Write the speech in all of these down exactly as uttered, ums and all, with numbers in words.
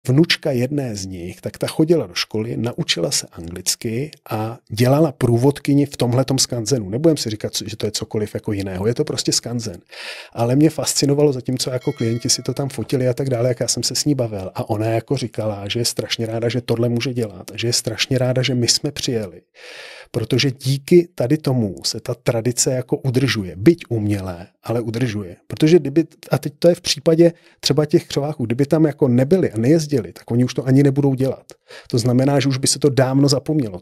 vnučka jedné z nich, tak ta chodila do školy, naučila se anglicky a dělala průvodkyni v tomhletom skanzenu. Nebudem si říkat, že to je cokoliv jako jiného, je to prostě skanzen. Ale mě fascinovalo, zatímco jako klienti si to tam fotili a tak dále, jak já jsem se s ní bavil. A ona jako říkala, že je strašně ráda, že tohle může dělat, že je strašně ráda, že my jsme přijeli. Protože díky tady tomu se ta tradice jako udržuje. Byť umělé, ale udržuje. Protože kdyby, a teď to je v případě třeba těch křováků, kdyby tam jako nebyli a nejezdili, tak oni už to ani nebudou dělat. To znamená, že už by se to dávno zapomnělo.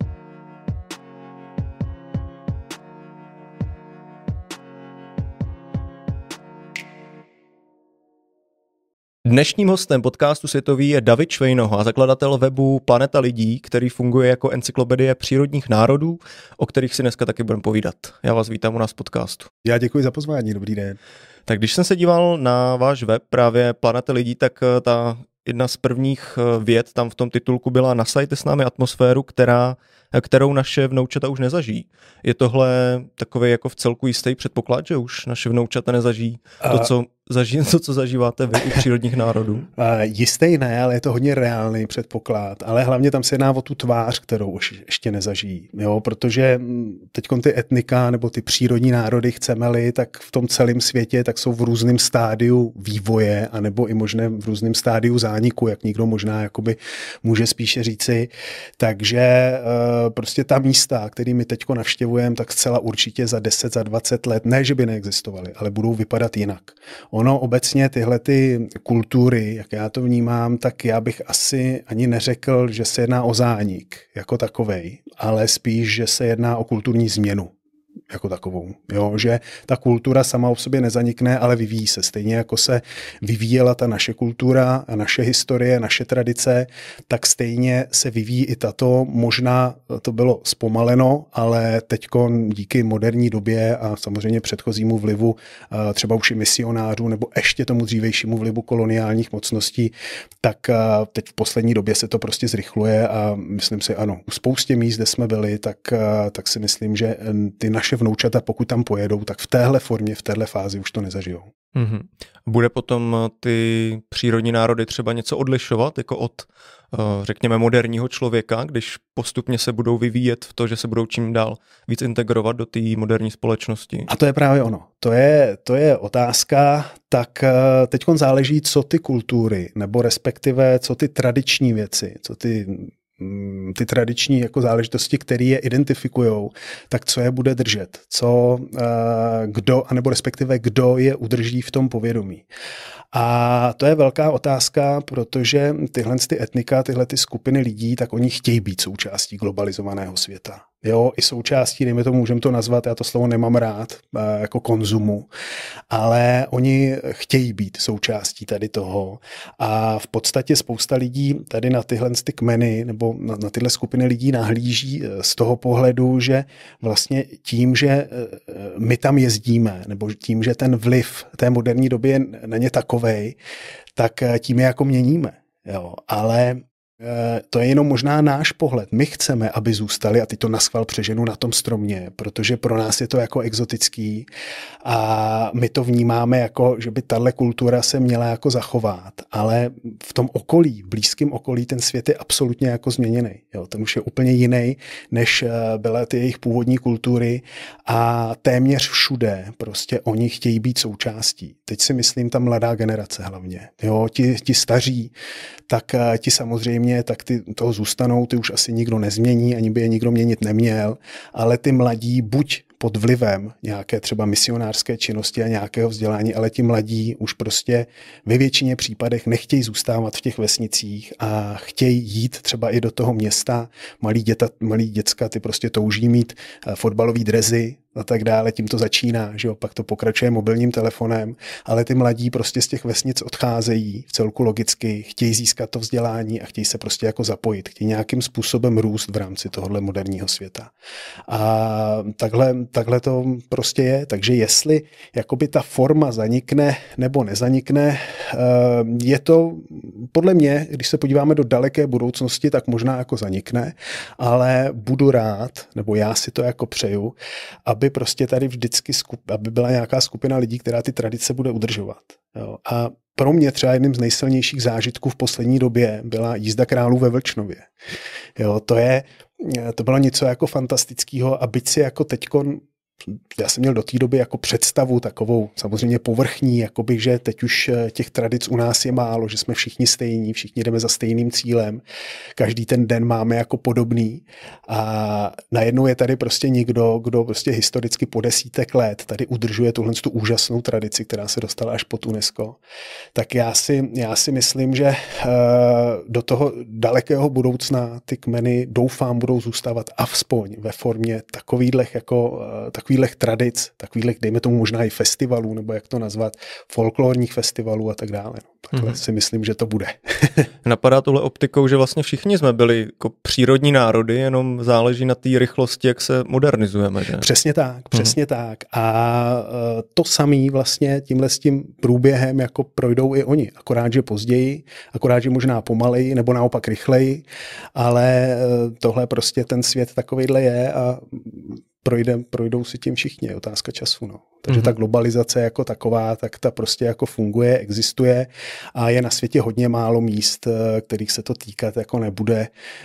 Dnešním hostem podcastu Světový je David Švejnoha, zakladatel webu Planeta lidí, který funguje jako encyklopedie přírodních národů, o kterých si dneska taky budeme povídat. Já vás vítám u nás v podcastu. Já děkuji za pozvání, dobrý den. Tak když jsem se díval na váš web právě Planeta lidí, tak ta jedna z prvních vět tam v tom titulku byla: nasajte s námi atmosféru, která, kterou naše vnoučata už nezažijí. Je tohle takový jako v celku jistý předpoklad, že už naše vnoučata nezažijí to, co, zaží, to, co zažíváte vy u přírodních národů? Jistý ne, ale je to hodně reálný předpoklad. Ale hlavně tam se jedná o tu tvář, kterou už ještě nezažijí. Jo? Protože teď ty etnika nebo ty přírodní národy, chceme-li, tak v tom celém světě tak jsou v různém stádiu vývoje, anebo i možná v různém stádiu zániku, jak někdo možná jakoby může spíše říci. Takže prostě ta místa, který my teďko navštěvujeme, tak zcela určitě za deset, za dvacet let, ne, že by neexistovaly, ale budou vypadat jinak. Ono obecně tyhle ty kultury, jak já to vnímám, tak já bych asi ani neřekl, že se jedná o zánik jako takovej, ale spíš, že se jedná o kulturní změnu jako takovou. Jo, že ta kultura sama o sobě nezanikne, ale vyvíjí se. Stejně jako se vyvíjela ta naše kultura a naše historie, naše tradice, tak stejně se vyvíjí i tato. Možná to bylo zpomaleno, ale teďko díky moderní době a samozřejmě předchozímu vlivu třeba už i misionářů nebo ještě tomu dřívejšímu vlivu koloniálních mocností, tak teď v poslední době se to prostě zrychluje a myslím si, ano, u spoustě míst, kde jsme byli, tak, tak si myslím, že ty naše vnoučata, pokud tam pojedou, tak v téhle formě, v téhle fázi už to nezažijou. Mm-hmm. Bude potom ty přírodní národy třeba něco odlišovat jako od, řekněme, moderního člověka, když postupně se budou vyvíjet v to, že se budou čím dál víc integrovat do té moderní společnosti? A to je právě ono. To je, to je otázka, tak teďkon záleží, co ty kultury, nebo respektive co ty tradiční věci, co ty ty tradiční jako záležitosti, které je identifikujou, tak co je bude držet, co, kdo, anebo respektive kdo je udrží v tom povědomí. A to je velká otázka, protože tyhle ty etnika, tyhle ty skupiny lidí, tak oni chtějí být součástí globalizovaného světa. Jo, i součástí, dejme tomu, můžeme to nazvat, já to slovo nemám rád, jako konzumu, ale oni chtějí být součástí tady toho a v podstatě spousta lidí tady na tyhle ty kmeny nebo na, na tyhle skupiny lidí nahlíží z toho pohledu, že vlastně tím, že my tam jezdíme, nebo tím, že ten vliv té moderní doby je na ně takovej, tak tím je jako měníme. Jo, ale to je jenom možná náš pohled. My chceme, aby zůstali, a ty to naschvál přeženu na tom stromě, protože pro nás je to jako exotický a my to vnímáme jako, že by tahle kultura se měla jako zachovat, ale v tom okolí, v blízkém okolí ten svět je absolutně jako změněný. Jo, ten už je úplně jiný, než byly ty jejich původní kultury a téměř všude prostě oni chtějí být součástí. Teď si myslím ta mladá generace hlavně. Jo, ti, ti staří, tak ti samozřejmě tak ty toho zůstanou, ty už asi nikdo nezmění, ani by je nikdo měnit neměl, ale ty mladí buď pod vlivem nějaké třeba misionářské činnosti a nějakého vzdělání, ale ti mladí už prostě ve většině případech nechtějí zůstávat v těch vesnicích a chtějí jít třeba i do toho města. Malí, děta, malí děcka, ty prostě touží mít fotbalový drezy a tak dále, tím to začíná, že jo, pak to pokračuje mobilním telefonem, ale ty mladí prostě z těch vesnic odcházejí v celku logicky, chtějí získat to vzdělání a chtějí se prostě jako zapojit, chtějí nějakým způsobem růst v rámci tohohle moderního světa. A takhle, takhle to prostě je, takže jestli jakoby ta forma zanikne nebo nezanikne, je to podle mě, když se podíváme do daleké budoucnosti, tak možná jako zanikne, ale budu rád, nebo já si to jako přeju, aby prostě tady vždycky, skup, aby byla nějaká skupina lidí, která ty tradice bude udržovat. Jo. A pro mě třeba jedním z nejsilnějších zážitků v poslední době byla jízda králů ve Vlčnově. Jo, to je, to bylo něco jako fantastického a byť si jako teďkon, já jsem měl do té doby jako představu takovou samozřejmě povrchní, jakoby, že teď už těch tradic u nás je málo, že jsme všichni stejní, všichni jdeme za stejným cílem, každý ten den máme jako podobný a najednou je tady prostě někdo, kdo prostě historicky po desítek let tady udržuje tuhle tu úžasnou tradici, která se dostala až pod UNESCO. Tak já si, já si myslím, že do toho dalekého budoucna ty kmeny doufám budou zůstávat aspoň ve formě takovýhlech jako takovýhlech tradic, takovýhlech, dejme tomu možná i festivalů, nebo jak to nazvat, folklorních festivalů a tak dále. No, takhle mm-hmm. si myslím, že to bude. Napadá tohle optikou, že vlastně všichni jsme byli jako přírodní národy, jenom záleží na té rychlosti, jak se modernizujeme. Že? Přesně tak, přesně mm-hmm. tak. A to samý vlastně tímhle s tím průběhem jako projdou i oni. Akorát, že později, akorát, že možná pomaleji, nebo naopak rychleji, ale tohle prostě ten svět takovejhle je a Projde, projdou si tím všichni, je otázka času. No. Takže mm-hmm. ta globalizace jako taková, tak ta prostě jako funguje, existuje a je na světě hodně málo míst, kterých se to týkat jako nebude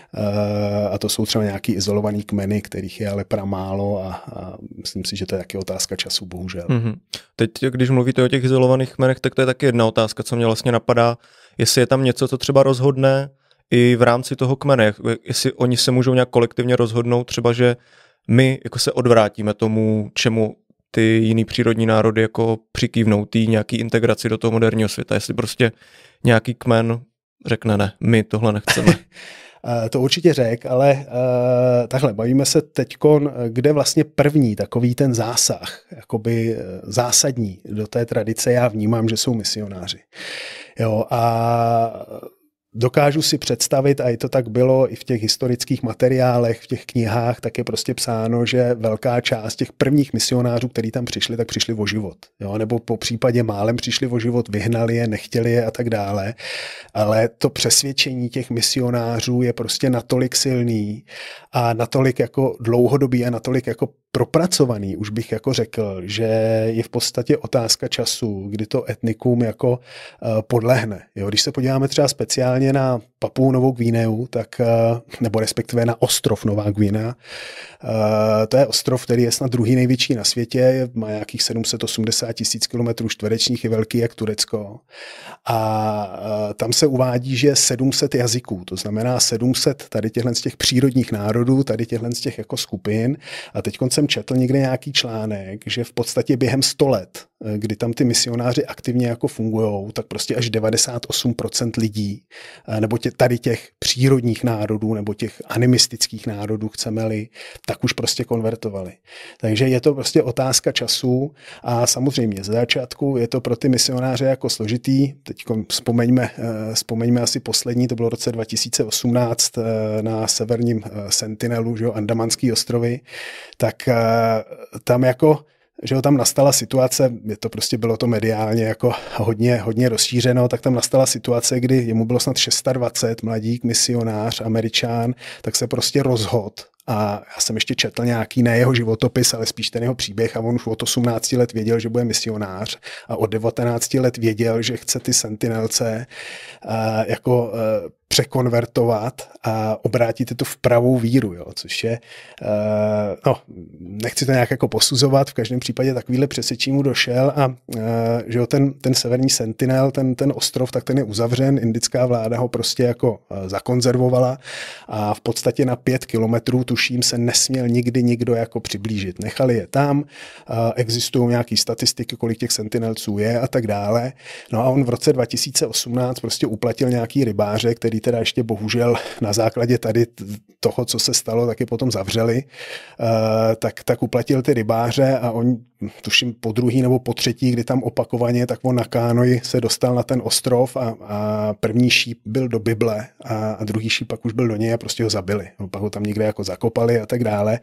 a to jsou třeba nějaký izolovaný kmeny, kterých je ale pramálo a, a myslím si, že to je taky otázka času, bohužel. Mm-hmm. Teď, když mluvíte o těch izolovaných kmenech, tak to je taky jedna otázka, co mě vlastně napadá, jestli je tam něco, co třeba rozhodne i v rámci toho kmene, jestli oni se můžou nějak kolektivně rozhodnout, třeba, že my jako se odvrátíme tomu, čemu ty jiný přírodní národy jako přikývnou, tý nějaký integraci do toho moderního světa. Jestli prostě nějaký kmen řekne ne, my tohle nechceme. To určitě řek, ale uh, takhle, bavíme se teďkon, kde vlastně první takový ten zásah, jakoby zásadní do té tradice, já vnímám, že jsou misionáři. Jo, a dokážu si představit, a i to tak bylo i v těch historických materiálech, v těch knihách, tak je prostě psáno, že velká část těch prvních misionářů, kteří tam přišli, tak přišli o život. Jo? Nebo po případě málem přišli o život, vyhnali je, nechtěli je a tak dále. Ale to přesvědčení těch misionářů je prostě natolik silný a natolik jako dlouhodobý a natolik jako propracovaný, už bych jako řekl, že je v podstatě otázka času, kdy to etnikum jako uh, podlehne. Jo, když se podíváme třeba speciálně na Papuu Novou Gvineu, tak, uh, nebo respektive na ostrov Nová Gvinea, uh, to je ostrov, který je snad druhý největší na světě, má nějakých sedm set osmdesát tisíc kilometrů čtverečních, je velký jak Turecko. A uh, tam se uvádí, že sedm set jazyků, to znamená sedm set tady těchhle z těch přírodních národů, tady těchhle z těch jako skupin. A teď jsem četl někde nějaký článek, že v podstatě během sto let, kdy tam ty misionáři aktivně jako fungujou, tak prostě až devadesát osm procent lidí, nebo tě, tady těch přírodních národů, nebo těch animistických národů, chceme-li, tak už prostě konvertovali. Takže je to prostě otázka času a samozřejmě z začátku je to pro ty misionáře jako složitý. Teď vzpomeňme, vzpomeňme asi poslední, to bylo v roce dva tisíce osmnáct na severním Sentinelu, že jo, Andamanský ostrovy, tak tam jako, že jo, tam nastala situace, je to prostě bylo to mediálně jako hodně, hodně rozšířeno, tak tam nastala situace, kdy jemu bylo snad dvacet šest, mladík, misionář, Američan, tak se prostě rozhodl. A já jsem ještě četl nějaký, ne jeho životopis, ale spíš ten jeho příběh a on už od osmnácti let věděl, že bude misionář a od devatenácti let věděl, že chce ty sentinelce uh, jako uh, překonvertovat a obrátit to v pravou víru, jo, což je, uh, no, nechci to nějak jako posuzovat, v každém případě takovýhle přesvědčení mu došel a uh, že jo, ten, ten severní Sentinel, ten, ten ostrov, tak ten je uzavřen, indická vláda ho prostě jako uh, zakonzervovala a v podstatě na pět kilometrů tuším se nesměl nikdy nikdo jako přiblížit. Nechali je tam, uh, existují nějaký statistiky, kolik těch sentinelců je a tak dále. No a on v roce dva tisíce osmnáct prostě uplatil nějaký rybáře, který teda ještě bohužel na základě tady toho, co se stalo, taky potom zavřeli, uh, tak, tak uplatil ty rybáře a on, tuším po druhý nebo po třetí, kdy tam opakovaně, tak on na kánoji se dostal na ten ostrov a, a první šíp byl do Bible a, a druhý šíp pak už byl do něj a prostě ho zabili. No, pak ho tam někde jako zakopali a tak dále.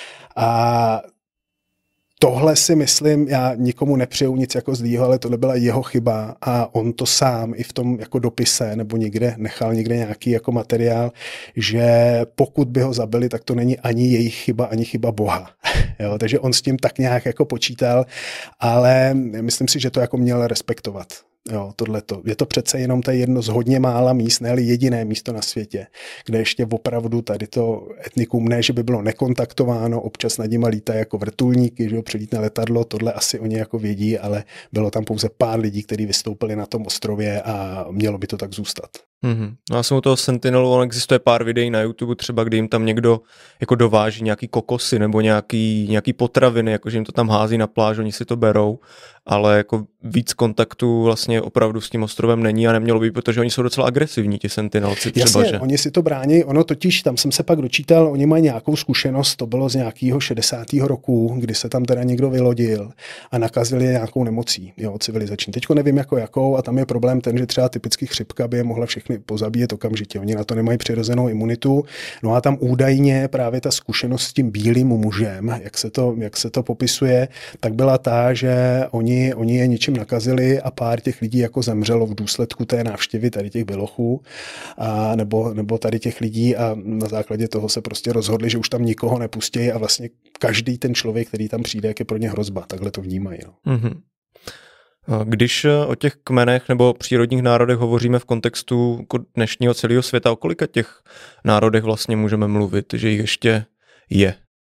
A tohle si myslím, já nikomu nepřeju nic jako zlýho, ale tohle byla jeho chyba a on to sám i v tom jako dopise nebo někde nechal někde nějaký jako materiál, že pokud by ho zabili, tak to není ani jejich chyba, ani chyba Boha. Jo, takže on s tím tak nějak jako počítal, ale myslím si, že to jako měl respektovat. Jo, tohleto. Je to přece jenom to jedno z hodně mála míst, ne jediné místo na světě, kde ještě opravdu tady to etnikum, ne, že by bylo nekontaktováno, občas nad nima lítají jako vrtulníky, že jo, přilítne letadlo, tohle asi oni jako vědí, ale bylo tam pouze pár lidí, kteří vystoupili na tom ostrově a mělo by to tak zůstat. Mm-hmm. No já jsem u toho Sentinelu, on existuje pár videí na YouTube třeba, kdy jim tam někdo jako dováží nějaký kokosy nebo nějaký, nějaký potraviny, jakože jim to tam hází na pláž, oni si to berou, ale jako víc kontaktu vlastně opravdu s tím ostrovem není a nemělo by, protože oni jsou docela agresivní, ti Sentinelci třeba. Jasně, že? Oni si to brání, ono totiž, tam jsem se pak dočítal, oni mají nějakou zkušenost, to bylo z nějakého šedesátého roku, kdy se tam teda někdo vylodil a nakazil je nějakou nemocí, jo, civilizační. Teďko nevím jako jakou a tam je problém ten, že třeba typicky chřipka by je mohla všechny pozabíjet okamžitě, oni na to nemají přirozenou imunitu, no a tam údajně právě ta zkušenost s tím bílým mužem, jak se to, jak se to popisuje, tak byla ta, že oni, oni je něčím nakazili a pár těch lidí jako zemřelo v důsledku té návštěvy tady těch bělochů a nebo, nebo tady těch lidí a na základě toho se prostě rozhodli, že už tam nikoho nepustí a vlastně každý ten člověk, který tam přijde, jak je pro ně hrozba. Takhle to vnímají. No. Mm-hmm. Když o těch kmenech nebo přírodních národech hovoříme v kontextu dnešního celého světa, o kolika těch národech vlastně můžeme mluvit, že jich ještě je?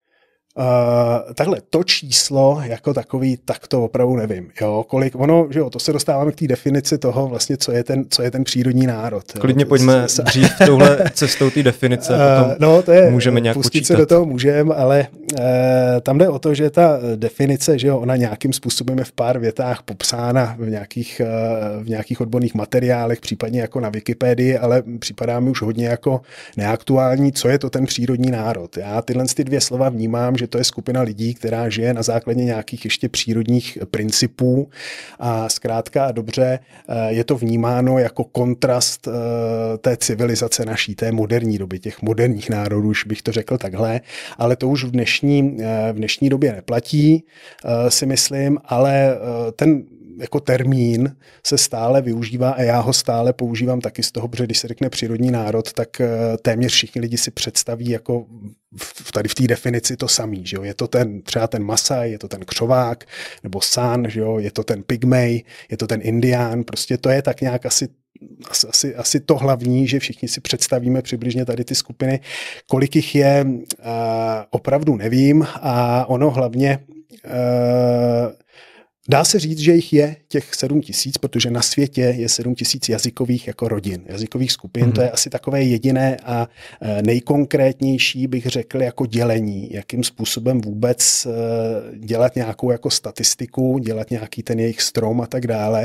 Uh, takhle to číslo jako takový, tak to opravdu nevím. Jo, kolik ono, že jo, to se dostáváme k té definici toho vlastně, co je ten, co je ten přírodní národ. Klidně jo, pojďme se... dřív touhle cestou té definice, uh, potom no, to je, můžeme nějak pustit počítat. se do toho můžeme, ale uh, tam jde o to, že ta definice, že jo, ona nějakým způsobem je v pár větách popsána v nějakých, uh, v nějakých odborných materiálech, případně jako na Wikipedii, ale připadá mi už hodně jako neaktuální, co je to ten přírodní národ. Já tyhle ty dvě slova vnímám, že to je skupina lidí, která žije na základě nějakých ještě přírodních principů a zkrátka a dobře je to vnímáno jako kontrast té civilizace naší, té moderní doby, těch moderních národů, už bych to řekl takhle, ale to už v dnešní, v dnešní době neplatí, si myslím, ale ten jako termín se stále využívá a já ho stále používám taky z toho, protože když se řekne přírodní národ, tak téměř všichni lidi si představí jako v, tady v té definici to samý, že jo? Je to ten, třeba ten Masaj, je to ten křovák, nebo San, že jo? Je to ten Pygmej, je to ten Indián, prostě to je tak nějak asi Asi, asi, asi to hlavní, že všichni si představíme přibližně tady ty skupiny, kolik jich je, uh, opravdu nevím a ono hlavně uh, dá se říct, že jich je těch sedm tisíc, protože na světě je sedm tisíc jazykových jako rodin, jazykových skupin. Mm-hmm. To je asi takové jediné a nejkonkrétnější, bych řekl, jako dělení, jakým způsobem vůbec dělat nějakou jako statistiku, dělat nějaký ten jejich strom a tak dále,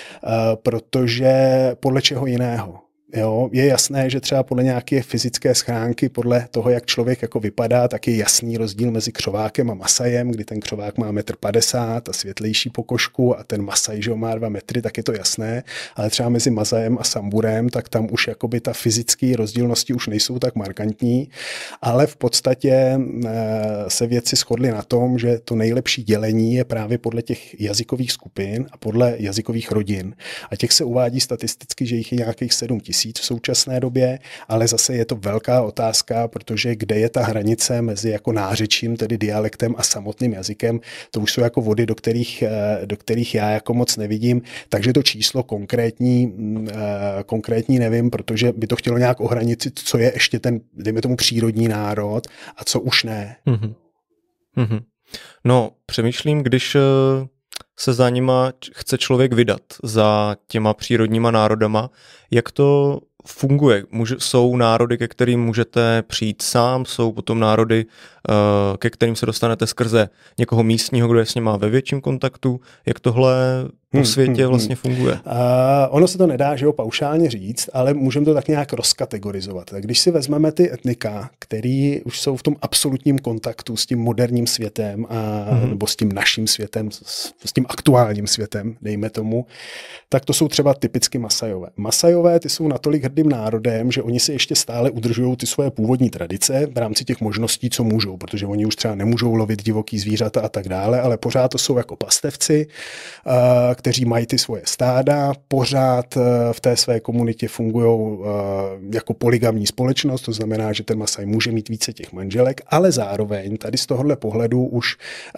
protože podle čeho jiného. Jo, je jasné, že třeba podle nějaké fyzické schránky, podle toho, jak člověk jako vypadá, tak je jasný rozdíl mezi křovákem a masajem, kdy ten křovák má metr padesát a světlejší pokožku a ten masaj, že má dva metry, tak je to jasné, ale třeba mezi masajem a samburem, tak tam už jakoby ta fyzické rozdílnosti už nejsou tak markantní, ale v podstatě se vědci shodli na tom, že to nejlepší dělení je právě podle těch jazykových skupin a podle jazykových rodin. A těch se uvádí statisticky, že jich je nějakých sedm tisíc v současné době, ale zase je to velká otázka, protože kde je ta hranice mezi jako nářečím, tedy dialektem a samotným jazykem, to už jsou jako vody, do kterých, do kterých já jako moc nevidím, takže to číslo konkrétní, konkrétní nevím, protože by to chtělo nějak ohraničit, co je ještě ten, dejme tomu, přírodní národ a co už ne. Mm-hmm. Mm-hmm. No, přemýšlím, když se za nima chce člověk vydat, za těma přírodníma národama, jak to funguje? Může, jsou národy, ke kterým můžete přijít sám, jsou potom národy, ke kterým se dostanete skrze někoho místního, kdo je s nima ve větším kontaktu. Jak tohle po světě hmm, vlastně funguje? Uh, ono se to nedá, že jo, paušálně říct, ale můžeme to tak nějak rozkategorizovat. Tak když si vezmeme ty etnika, který už jsou v tom absolutním kontaktu s tím moderním světem a, hmm. nebo s tím naším světem, s, s tím aktuálním světem, dejme tomu, tak to jsou třeba typicky Masajové. Masajové, ty jsou natolik hrdým národem, že oni si ještě stále udržují ty svoje původní tradice v rámci těch možností, co můžou, protože oni už třeba nemůžou lovit divoký zvířata a tak dále, ale pořád to jsou jako pastevci, uh, kteří mají ty svoje stáda, pořád v té své komunitě fungují jako polygamní společnost, to znamená, že ten Masaj může mít více těch manželek, ale zároveň tady z tohohle pohledu už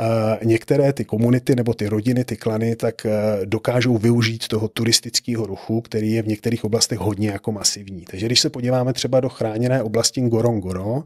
některé ty komunity nebo ty rodiny, ty klany, tak dokážou využít toho turistického ruchu, který je v některých oblastech hodně jako masivní. Takže když se podíváme třeba do chráněné oblasti Ngorongoro,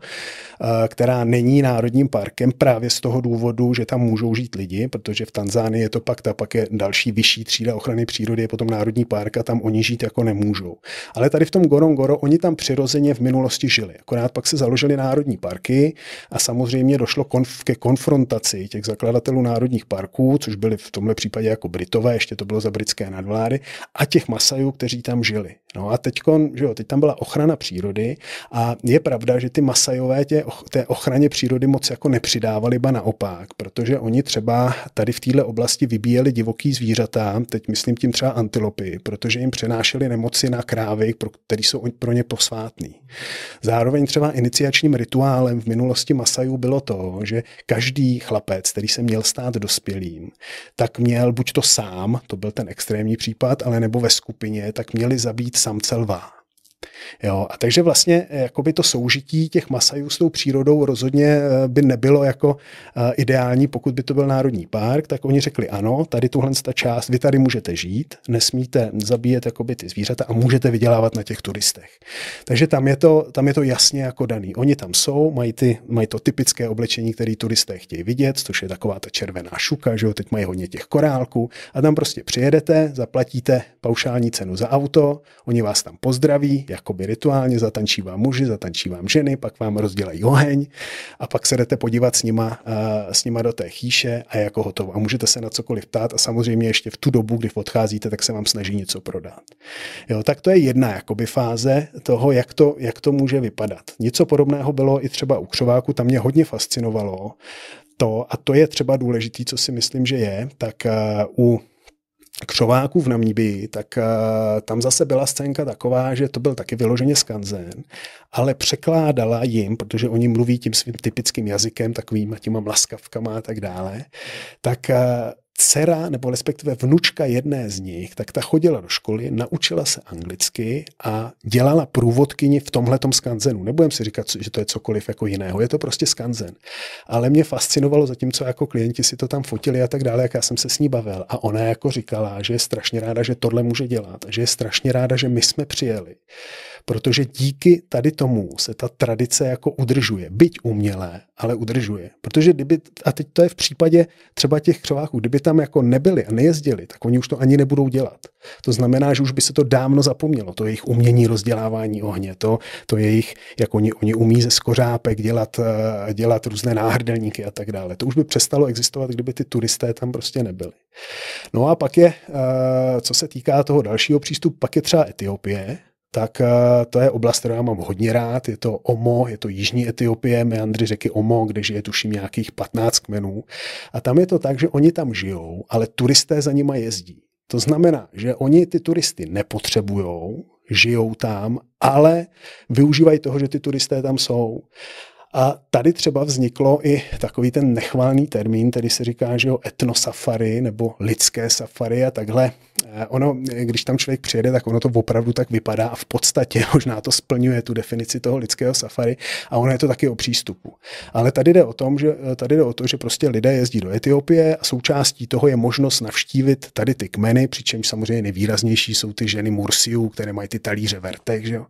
která není národním parkem právě z toho důvodu, že tam můžou žít lidi, protože v Tanzánii je to pak, ta pak je další vyšší třída ochrany přírody, je potom národní park a tam oni žít jako nemůžou. Ale tady v tom Ngorongoro oni tam přirozeně v minulosti žili. Akorát pak se založili národní parky a samozřejmě došlo konf- ke konfrontaci těch zakladatelů národních parků, což byli v tomhle případě jako Britové, ještě to bylo za britské nadvlády, a těch Masajů, kteří tam žili. No a teďkon, že jo, teď tam byla ochrana přírody a je pravda, že ty Masajové tě, té ochraně přírody moc jako nepřidávali, ba naopak, protože oni třeba tady v této oblasti vybíjeli divoký zvířata, teď myslím tím třeba antilopy, protože jim přenášeli nemoci na krávy, které jsou pro ně posvátný. Zároveň třeba iniciačním rituálem v minulosti Masajů bylo to, že každý chlapec, který se měl stát dospělým, tak měl buď to sám, to byl ten extrémní případ, ale nebo ve skupině, tak měli zabít samce lva. Jo, a takže vlastně jakoby to soužití těch Masajů s tou přírodou rozhodně by nebylo jako ideální, pokud by to byl národní park, tak oni řekli ano, tady tuhle ta část, vy tady můžete žít, nesmíte zabíjet jakoby ty zvířata a můžete vydělávat na těch turistech. Takže tam je to, tam je to jasně jako daný. Oni tam jsou, mají, ty, mají to typické oblečení, které turisté chtějí vidět, což je taková ta červená šuka, že jo, teď mají hodně těch korálků a tam prostě přijedete, zaplatíte paušální cenu za auto, oni vás tam pozdraví, jakoby rituálně, zatančí vám muži, zatančí vám ženy, pak vám rozdělají oheň a pak se jdete podívat s nima, uh, s nima do té chýše a je jako hotovo. A můžete se na cokoliv ptát a samozřejmě ještě v tu dobu, kdy odcházíte, tak se vám snaží něco prodat. Jo, tak to je jedna jakoby fáze toho, jak to, jak to může vypadat. Něco podobného bylo i třeba u křováku, tam mě hodně fascinovalo to, a to je třeba důležitý, co si myslím, že je, tak uh, u křováků v Namíbii, tak uh, tam zase byla scénka taková, že to byl taky vyloženě skanzen, ale překládala jim, protože oni mluví tím svým typickým jazykem, takovýma těma mlaskavkama a tak dále, tak uh, dcera, nebo respektive vnučka jedné z nich, tak ta chodila do školy, naučila se anglicky a dělala průvodkyni v tomhletom skanzenu. Nebudem si říkat, že to je cokoliv jako jiného, je to prostě skanzen. Ale mě fascinovalo, zatímco jako klienti si to tam fotili a tak dále, jak já jsem se s ní bavil. A ona jako říkala, že je strašně ráda, že tohle může dělat a že je strašně ráda, že my jsme přijeli. Protože díky tady tomu se ta tradice jako udržuje. Byť umělé, ale udržuje. Protože kdyby, a teď to je v případě třeba těch křováků, kdyby tam jako nebyli a nejezdili, tak oni už to ani nebudou dělat. To znamená, že už by se to dávno zapomnělo. To jejich umění rozdělávání ohně, to, to jejich, jak oni, oni umí ze skořápek dělat, dělat různé náhrdelníky a tak dále. To už by přestalo existovat, kdyby ty turisté tam prostě nebyli. No a pak je, co se týká toho dalšího přístupu, pak je třeba Etiopie. Tak to je oblast, kterou já mám hodně rád, je to Omo, je to jižní Etiopie, meandry řeky Omo, kde žije tuším nějakých patnáct kmenů. A tam je to tak, že oni tam žijou, ale turisté za nima jezdí. To znamená, že oni ty turisty nepotřebujou, žijou tam, ale využívají toho, že ty turisté tam jsou. A tady třeba vzniklo i takový ten nechválný termín, který se říká, že jo, etnosafari nebo lidské safari a takhle. Ono, když tam člověk přijede, tak ono to opravdu tak vypadá a v podstatě možná to splňuje tu definici toho lidského safari a ono je to taky o přístupu. Ale tady jde o tom, že tady jde o to, že prostě lidé jezdí do Etiopie a součástí toho je možnost navštívit tady ty kmeny, přičemž samozřejmě nejvýraznější jsou ty ženy Mursiů, které mají ty talíře vertek, že jo.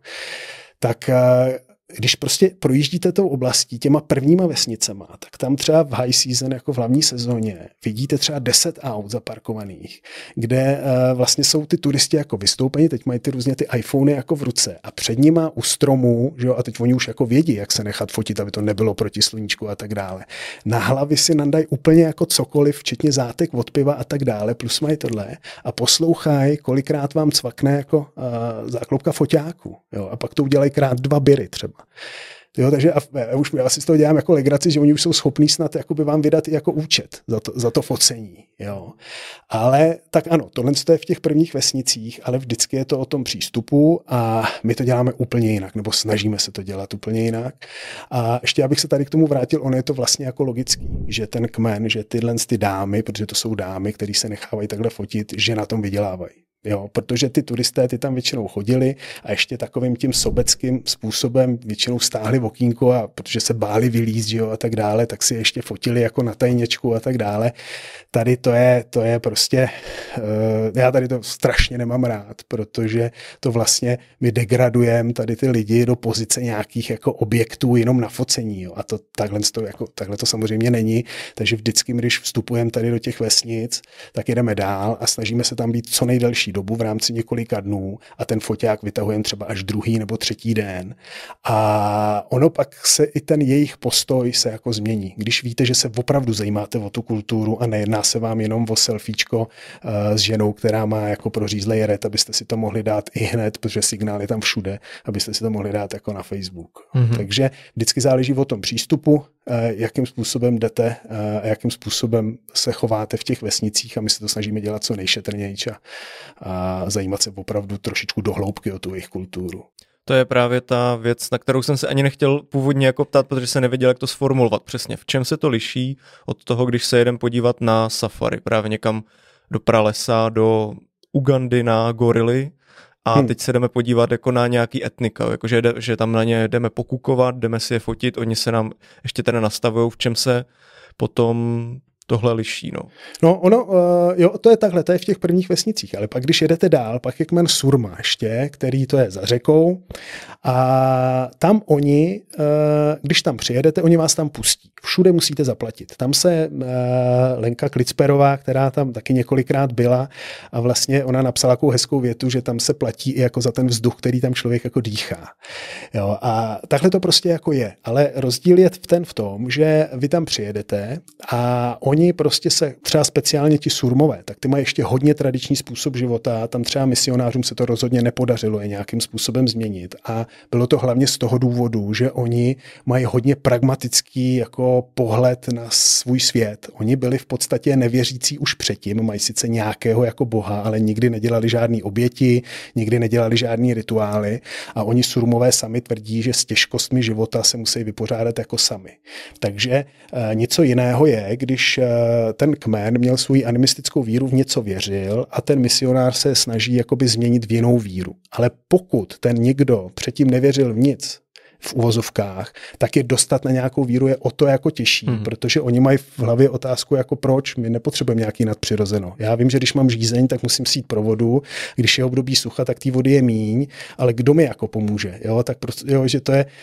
Tak když prostě projíždíte tou oblastí těma prvníma vesnicema, tak tam třeba v high season, jako v hlavní sezóně, vidíte třeba deset aut zaparkovaných, kde uh, vlastně jsou ty turisti jako vystoupení, teď mají ty různě ty iPhony jako v ruce a před nima u stromů, že jo, a teď oni už jako vědí, jak se nechat fotit, aby to nebylo proti sluníčku a tak dále. Na hlavy si nandají úplně jako cokoliv, včetně zátek od piva a tak dále, plus mají tohle a poslouchají, kolikrát vám cvakne jako uh, záklopka foťáku, jo, a pak to udělají krát dva biry třeba. Jo, takže a, a už já si z toho dělám jako legraci, že oni už jsou schopní snad jakoby vám vydat i jako účet za to, za to focení. Jo. Ale tak ano, tohle je v těch prvních vesnicích, ale vždycky je to o tom přístupu a my to děláme úplně jinak, nebo snažíme se to dělat úplně jinak. A ještě abych se tady k tomu vrátil, ono je to vlastně jako logický, že ten kmen, že tyhle ty dámy, protože to jsou dámy, které se nechávají takhle fotit, že na tom vydělávají. Jo, protože ty turisté, ty tam většinou chodili a ještě takovým tím sobeckým způsobem většinou stáhli v okýnko a protože se báli vylízt, jo, a tak dále, tak si ještě fotili jako na tajněčku a tak dále. Tady to je, to je prostě, uh, já tady to strašně nemám rád, protože to vlastně my degradujeme tady ty lidi do pozice nějakých jako objektů jenom na focení, jo, a to takhle to, jako, takhle to samozřejmě není, takže vždycky, když vstupujeme tady do těch vesnic, tak jdeme dál a snažíme se tam být co nejdelší dobu v rámci několika dnů a ten foťák vytahujeme třeba až druhý nebo třetí den. A ono pak se i ten jejich postoj se jako změní. Když víte, že se opravdu zajímáte o tu kulturu a nejedná se vám jenom o selfiečko uh, s ženou, která má jako prořízlej ret, abyste si to mohli dát i hned, protože signál je tam všude, abyste si to mohli dát jako na Facebook. Mm-hmm. Takže vždycky záleží o tom přístupu, jakým způsobem jdete a jakým způsobem se chováte v těch vesnicích a my se to snažíme dělat co nejšetrnější a zajímat se opravdu trošičku do hloubky o tu jejich kulturu. To je právě ta věc, na kterou jsem se ani nechtěl původně jako ptát, protože jsem nevěděl, jak to sformulovat přesně. V čem se to liší od toho, když se jedem podívat na safari, právě někam do pralesa, do Ugandy na gorily, a hmm. teď se jdeme podívat jako na nějaký etnika, jakože že tam na ně jdeme pokukovat, jdeme si je fotit, oni se nám ještě teda nastavují, v čem se potom tohle liší. No, no ono, uh, jo, to je takhle, to je v těch prvních vesnicích, ale pak když jedete dál, pak je kmen Surma ještě, který to je za řekou a tam oni, uh, když tam přijedete, oni vás tam pustí. Všude musíte zaplatit. Tam se uh, Lenka Klicperová, která tam taky několikrát byla a vlastně ona napsala takovou hezkou větu, že tam se platí i jako za ten vzduch, který tam člověk jako dýchá. Jo, a takhle to prostě jako je. Ale rozdíl je v ten v tom, že vy tam přijedete a oni prostě se, třeba speciálně ti Surmové, tak ty mají ještě hodně tradiční způsob života, tam třeba misionářům se to rozhodně nepodařilo je nějakým způsobem změnit a bylo to hlavně z toho důvodu, že oni mají hodně pragmatický jako pohled na svůj svět. Oni byli v podstatě nevěřící už předtím, mají sice nějakého jako boha, ale nikdy nedělali žádný oběti, nikdy nedělali žádný rituály a oni Surmové sami tvrdí, že s těžkostmi života se musí vypořádat jako sami. Takže e, něco jiného je, když e, ten kmen měl svou animistickou víru, v něco věřil a ten misionář se snaží jakoby změnit v jinou víru. Ale pokud ten někdo předtím nevěřil v nic, v uvozovkách, tak je dostat na nějakou víru je o to jako těžší, mm. protože oni mají v hlavě otázku jako proč, my nepotřebujeme nějaký nadpřirozeno. Já vím, že když mám žízeň, tak musím sít pro vodu, když je období sucha, tak té vody je míň, ale kdo mi jako pomůže, jo, tak prostě, jo, že to je,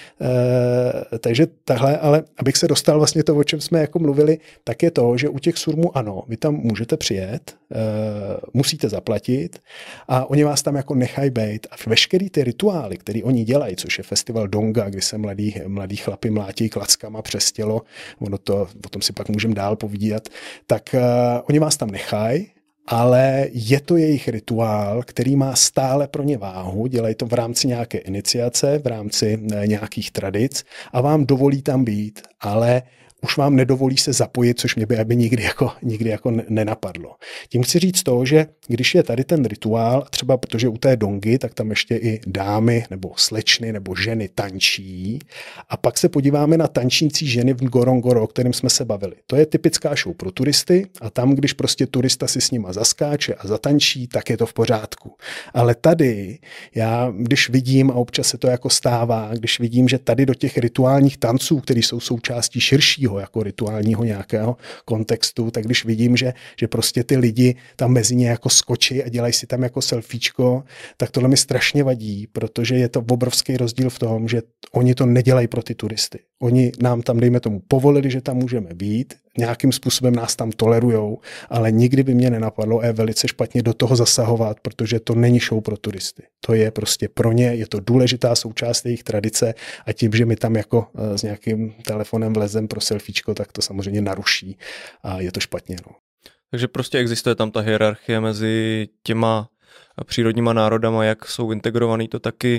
e, takže tahle, ale abych se dostal vlastně to, o čem jsme jako mluvili, tak je to, že u těch Surmů ano, vy tam můžete přijet, e, musíte zaplatit a oni vás tam jako nechají bejt a veškerý ty rituály, který oni dělají, což je festival Donga, kdy se mladí, mladí chlapi mlátí klackama přes tělo, ono to, o tom si pak můžeme dál povídat, tak uh, oni vás tam nechají, ale je to jejich rituál, který má stále pro ně váhu, dělají to v rámci nějaké iniciace, v rámci uh, nějakých tradic a vám dovolí tam být, ale už vám nedovolí se zapojit, což mě by aby nikdy jako, nikdy jako nenapadlo. Tím chci říct to, že když je tady ten rituál, třeba protože u té dongy, tak tam ještě i dámy nebo slečny nebo ženy tančí a pak se podíváme na tančící ženy v Ngorongoro, o kterém jsme se bavili. To je typická show pro turisty a tam, když prostě turista si s nima zaskáče a zatančí, tak je to v pořádku. Ale tady, já když vidím, a občas se to jako stává, když vidím, že tady do těch rituálních tanců, které jsou součástí širšího jako rituálního nějakého kontextu, tak když vidím, že, že prostě ty lidi tam mezi ně jako skočí a dělají si tam jako selfiečko, tak tohle mi strašně vadí, protože je to obrovský rozdíl v tom, že oni to nedělají pro ty turisty. Oni nám tam, dejme tomu, povolili, že tam můžeme být, nějakým způsobem nás tam tolerujou, ale nikdy by mě nenapadlo je velice špatně do toho zasahovat, protože to není show pro turisty. To je prostě pro ně, je to důležitá součást jejich tradice a tím, že my tam jako s nějakým telefonem vlezem pro selfiečko, tak to samozřejmě naruší a je to špatně. No. Takže prostě existuje tam ta hierarchie mezi těma přírodníma národama, jak jsou integrovaný, to taky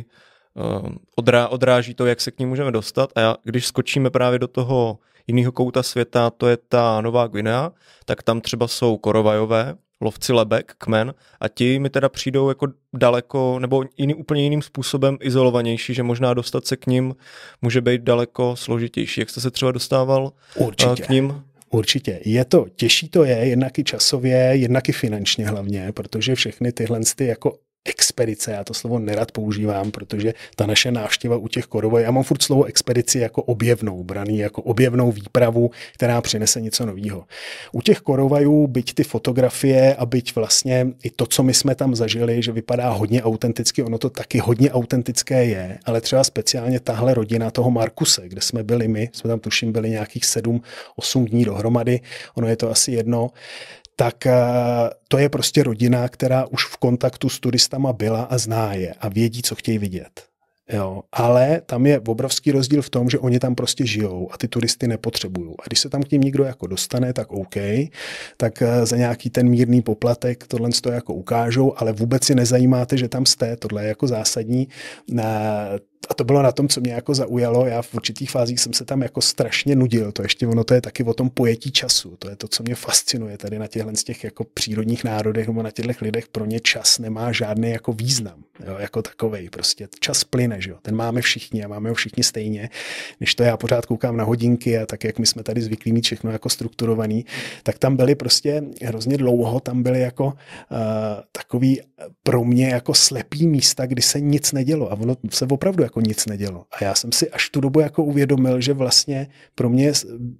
odrá, odráží to, jak se k ní můžeme dostat. A když skočíme právě do toho jiného kouta světa, to je ta Nová Guinea, tak tam třeba jsou korovajové, lovci lebek, kmen, a ti mi teda přijdou jako daleko, nebo jiný, úplně jiným způsobem izolovanější, že možná dostat se k ním může být daleko složitější. Jak jste se třeba dostával Určitě. k ním? Určitě. Je to, těžší to je, jednak i časově, jednak i finančně hlavně, protože všechny tyhle ty jako expedice, já to slovo nerad používám, protože ta naše návštěva u těch korovajů, já mám furt slovo expedici jako objevnou, braný jako objevnou výpravu, která přinese něco nového. U těch korovajů, byť ty fotografie a byť vlastně i to, co my jsme tam zažili, že vypadá hodně autenticky, ono to taky hodně autentické je, ale třeba speciálně tahle rodina toho Markuse, kde jsme byli my, jsme tam tuším byli nějakých sedm, osm dní dohromady, ono je to asi jedno, tak to je prostě rodina, která už v kontaktu s turistama byla a zná je a vědí, co chtějí vidět. Jo, ale tam je obrovský rozdíl v tom, že oni tam prostě žijou a ty turisty nepotřebují. A když se tam k ním někdo jako dostane, tak OK, tak za nějaký ten mírný poplatek tohle to jako ukážou, ale vůbec si nezajímáte, že tam jste, tohle je jako zásadní. A to bylo na tom, co mě jako zaujalo. Já v určitých fázích jsem se tam jako strašně nudil. To ještě ono to je taky o tom pojetí času. To je to, co mě fascinuje tady na těchhle z těch jako přírodních národech nebo na těchto lidech. Pro ně čas nemá žádný jako význam, jo, jako takovej. Prostě čas plyne, že jo. Ten máme všichni a máme ho všichni stejně. Když to já pořád koukám na hodinky a tak, jak my jsme tady zvyklí mít všechno jako strukturovaný, tak tam byly prostě hrozně dlouho, tam byly jako uh, takový pro mě jako slepý místa, kdy se nic nedělo a ono se opravdu jako nic nedělo. A já jsem si až tu dobu jako uvědomil, že vlastně pro mě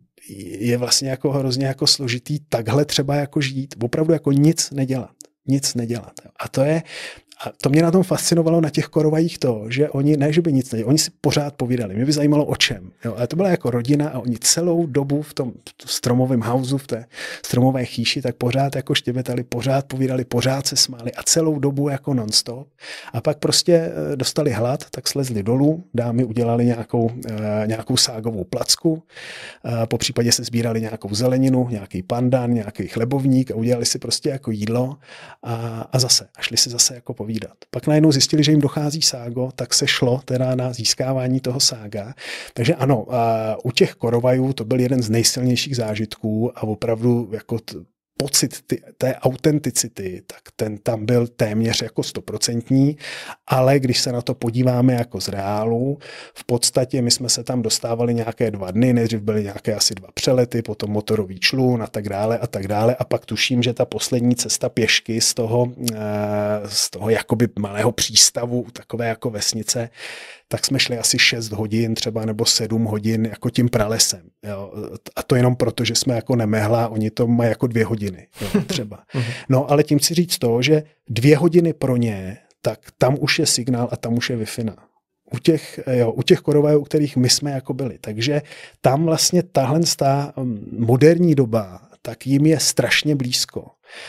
je vlastně jako hrozně jako složitý takhle třeba jako žít, opravdu jako nic nedělat. Nic nedělat. A to je, a to mě na tom fascinovalo na těch korovajích to, že oni, ne, že by nic nedělali, oni si pořád povídali. Mě by zajímalo o čem. Jo, ale to byla jako rodina a oni celou dobu v tom stromovém hausu, v té stromové chýši, tak pořád jako štěbetali, pořád povídali, pořád se smáli a celou dobu jako non-stop. A pak prostě dostali hlad, tak slezli dolů, dámy udělali nějakou, nějakou ságovou placku, po případě se sbírali nějakou zeleninu, nějaký pandan, nějaký chlebovník a udělali si prostě jako jídlo a, a zase. A šli si zase jako povídat. Pak najednou zjistili, že jim dochází ságo, tak se šlo teda na získávání toho sága. Takže ano, u těch korovajů to byl jeden z nejsilnějších zážitků a opravdu jako t- pocit ty, té autenticity, tak ten tam byl téměř jako stoprocentní, ale když se na to podíváme jako z reálu, v podstatě my jsme se tam dostávali nějaké dva dny, nejdřív byly nějaké asi dva přelety, potom motorový člun a tak dále a tak dále a pak tuším, že ta poslední cesta pěšky z toho, z toho jakoby malého přístavu, takové jako vesnice, tak jsme šli asi šest hodin třeba nebo sedm hodin jako tím pralesem. Jo. A to jenom proto, že jsme jako nemehla, oni to mají jako dvě hodiny jo, třeba. No ale tím chci říct to, že dvě hodiny pro ně, tak tam už je signál a tam už je Wi-Fi. U těch, jo, u těch korovajů, u kterých my jsme jako byli. Takže tam vlastně tahle ta moderní doba, tak jim je strašně blízko.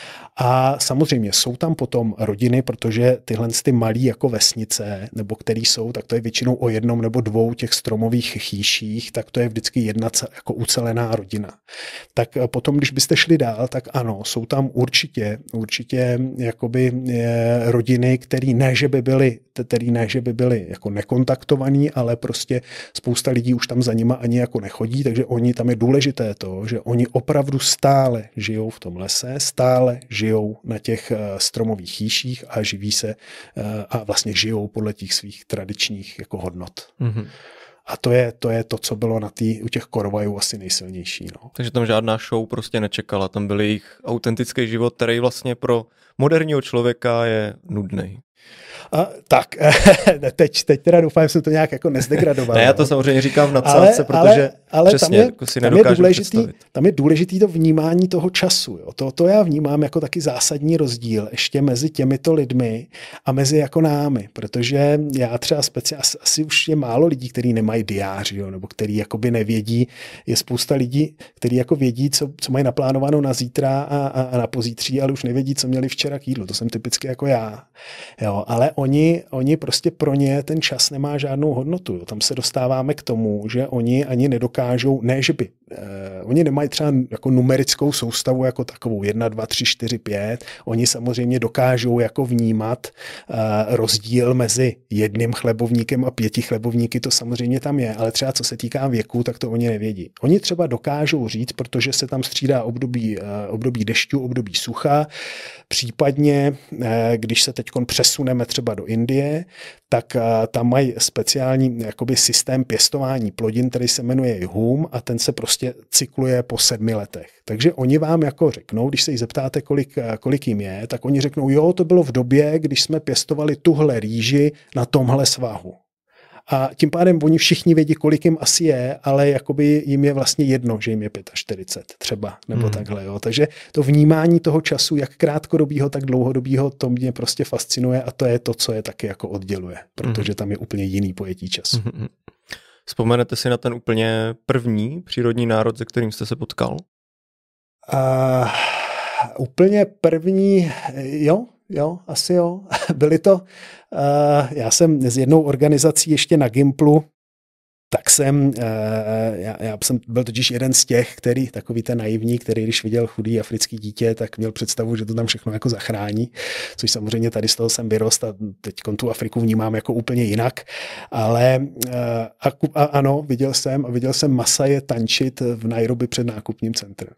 A samozřejmě jsou tam potom rodiny, protože tyhle ty malý jako vesnice, nebo který jsou, tak to je většinou o jednom nebo dvou těch stromových chýších, tak to je vždycky jedna jako ucelená rodina. Tak potom, když byste šli dál, tak ano, jsou tam určitě, určitě jakoby rodiny, který ne, že by byly, který ne, že by byly jako nekontaktovaní, ale prostě spousta lidí už tam za nima ani jako nechodí, takže oni, tam je důležité to, že oni opravdu stále žijou v tom lese, stále žijou na těch stromových chýších a živí se a vlastně žijou podle těch svých tradičních jako hodnot. Mm-hmm. A to je, to je to, co bylo na tý, u těch korovajů asi nejsilnější. No. Takže tam žádná show prostě nečekala, tam byl jejich autentický život, který vlastně pro moderního člověka je nudný. A, tak, teď, teď teda doufám, že jsem to nějak jako nezdegradoval. Ne, já to samozřejmě říkám v nadsázce, protože ale, ale přesně tam je, jako si tam nedokážu je důležitý, představit. Tam je důležitý to vnímání toho času. Jo. To, to já vnímám jako taky zásadní rozdíl ještě mezi těmito lidmi a mezi jako námi, protože já třeba speciálně, asi už je málo lidí, kteří nemají diář, jo, nebo kteří jakoby nevědí, je spousta lidí, kteří jako vědí, co, co mají naplánováno na zítra a, a, a na pozítří, ale už nevědí, co měli včera k jídlu. To jsem typicky jako já. Jo, ale oni, oni prostě pro ně ten čas nemá žádnou hodnotu. Jo. Tam se dostáváme k tomu, že oni ani nedokážou, ne, že by oni nemají třeba jako numerickou soustavu jako takovou jedna, dva, tři, čtyři, pět. Oni samozřejmě dokážou jako vnímat uh, rozdíl mezi jedním chlebovníkem a pěti chlebovníky, to samozřejmě tam je, ale třeba co se týká věku, tak to oni nevědí. Oni třeba dokážou říct, protože se tam střídá období, uh, období dešťu, období sucha, případně, uh, když se teď přesuneme třeba do Indie, tak uh, tam mají speciální jakoby systém pěstování plodin, který se jmenuje hum a ten se prostě cykluje po sedmi letech. Takže oni vám jako řeknou, když se jich zeptáte, kolik, kolik jim je, tak oni řeknou, jo, to bylo v době, když jsme pěstovali tuhle rýži na tomhle svahu. A tím pádem oni všichni vědí, kolik jim asi je, ale jakoby jim je vlastně jedno, že jim je čtyřicet pět třeba, nebo hmm. takhle. Jo. Takže to vnímání toho času, jak krátkodobýho, tak dlouhodobýho, to mě prostě fascinuje a to je to, co je taky jako odděluje, protože tam je úplně jiný pojetí času. Hmm. Vzpomenete si na ten úplně první přírodní národ, se kterým jste se potkal? Uh, úplně první, jo, jo, asi jo. Byly to, uh, já jsem s jednou organizací ještě na Gimplu, tak jsem, uh, já, já jsem byl totiž jeden z těch, který, takový ten naivní, který když viděl chudý africký dítě, tak měl představu, že to tam všechno jako zachrání, což samozřejmě tady z toho jsem vyrost a teď tu Afriku vnímám jako úplně jinak, ale uh, a, a, ano, viděl jsem a viděl jsem Masaje tančit v Nairobi před nákupním centrem.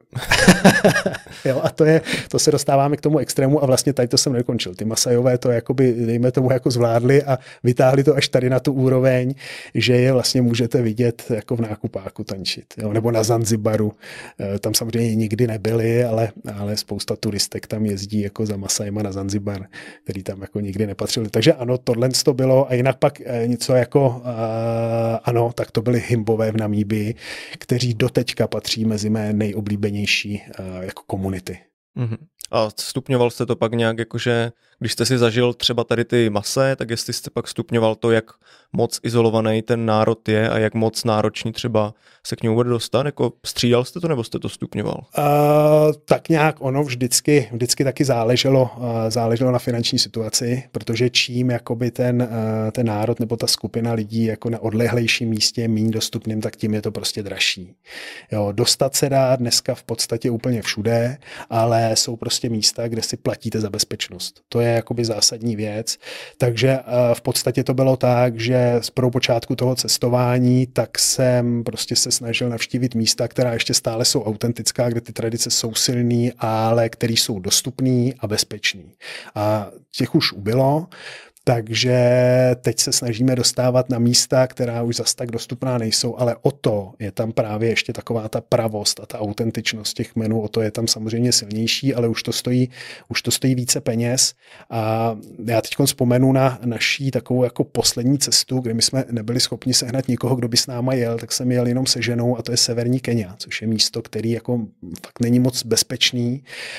Jo, a to je, to se dostáváme k tomu extrému a vlastně tady to jsem nekončil. Ty Masajové to jakoby, dejme tomu, jako zvládli a vytáhli to až tady na tu úroveň, že je vlastně může můžete vidět jako v nákupáku tančit. Jo? Nebo na Zanzibaru. Tam samozřejmě nikdy nebyli, ale, ale spousta turistek tam jezdí jako za Masajima na Zanzibar, který tam jako nikdy nepatřili. Takže ano, tohle to bylo a jinak pak něco jako uh, ano, tak to byly Himbové v Namíbii, kteří doteďka patří mezi mé nejoblíbenější uh, jako komunity. Mm-hmm. A stupňoval jste to pak nějak, jakože když jste si zažil třeba tady ty Masé, tak jestli jste pak stupňoval to, jak moc izolovaný ten národ je a jak moc náročný třeba se k němu bude dostat, jako střídal jste to nebo jste to stupňoval? Uh, tak nějak ono vždycky, vždycky taky záleželo, uh, záleželo na finanční situaci, protože čím jakoby ten, uh, ten národ nebo ta skupina lidí jako na odlehlejším místě méně dostupným, tak tím je to prostě dražší. Jo, dostat se dá dneska v podstatě úplně všude, ale jsou prostě místa, kde si platíte za bezpečnost. To je jakoby zásadní věc. Takže uh, v podstatě to bylo tak, že z prvopočátku toho cestování tak jsem prostě se snažil navštívit místa, která ještě stále jsou autentická, kde ty tradice jsou silný, ale které jsou dostupný a bezpečný. A těch už ubylo. Takže teď se snažíme dostávat na místa, která už zas tak dostupná nejsou, ale o to je tam právě ještě taková ta pravost a ta autentičnost těch menů, o to je tam samozřejmě silnější, ale už to stojí, už to stojí více peněz. A já teď vzpomenu na naší takovou jako poslední cestu, kde my jsme nebyli schopni sehnat nikoho, kdo by s náma jel, tak jsem jel jenom se ženou a to je severní Kenya, což je místo, který jako fakt není moc bezpečný,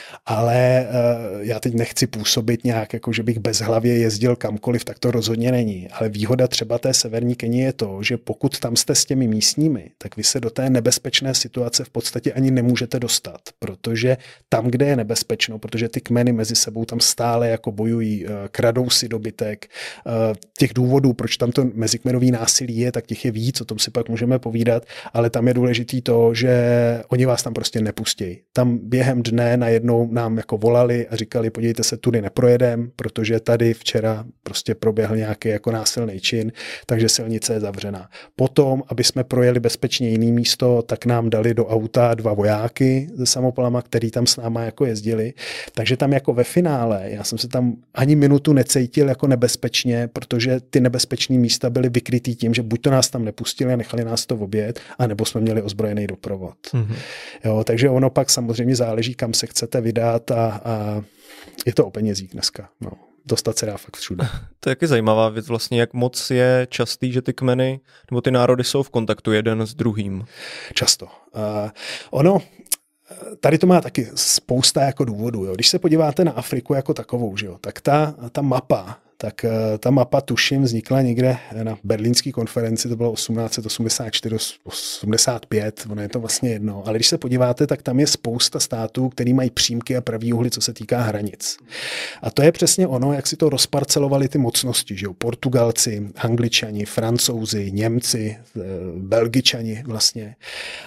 ale uh, já teď nechci působit nějak, jako že bych bezhlavě jezdil kam kamkoliv, tak to rozhodně není. Ale výhoda třeba té severní Keni je to, že pokud tam jste s těmi místními, tak vy se do té nebezpečné situace v podstatě ani nemůžete dostat, protože tam, kde je nebezpečno, protože ty kmeny mezi sebou tam stále jako bojují, kradou si dobytek. Těch důvodů, proč tam to mezikmenový násilí je, tak těch je víc, o tom si pak můžeme povídat, ale tam je důležitý to, že oni vás tam prostě nepustí. Tam během dne najednou nám jako volali a říkali, podívejte se, tudy neprojedem, protože tady včera prostě proběhl nějaký jako násilný čin, takže silnice je zavřená. Potom, aby jsme projeli bezpečně jiný místo, tak nám dali do auta dva vojáky se samopalama, který tam s náma jako jezdili. Takže tam jako ve finále, já jsem se tam ani minutu necítil jako nebezpečně, protože ty nebezpečné místa byly vykrytý tím, že buď to nás tam nepustili a nechali nás to objet, anebo jsme měli ozbrojený doprovod. Mm-hmm. Jo, takže ono pak samozřejmě záleží, kam se chcete vydat a, a je to o penězích dneska. No. Dostat se dá fakt všude. To je taky zajímavá věc vlastně, jak moc je častý, že ty kmeny nebo ty národy jsou v kontaktu jeden s druhým. Často. Uh, ono, tady to má taky spousta jako důvodů. Jo. Když se podíváte na Afriku jako takovou, že jo, tak ta, ta mapa tak ta mapa, tuším, vznikla někde na berlínské konferenci, to bylo osmnáct osmdesát čtyři osmdesát pět, ono je to vlastně jedno. Ale když se podíváte, tak tam je spousta států, který mají přímky a pravý úhly, co se týká hranic. A to je přesně ono, jak si to rozparcelovali ty mocnosti, že jo? Portugalci, Angličani, Francouzi, Němci, Belgičani vlastně.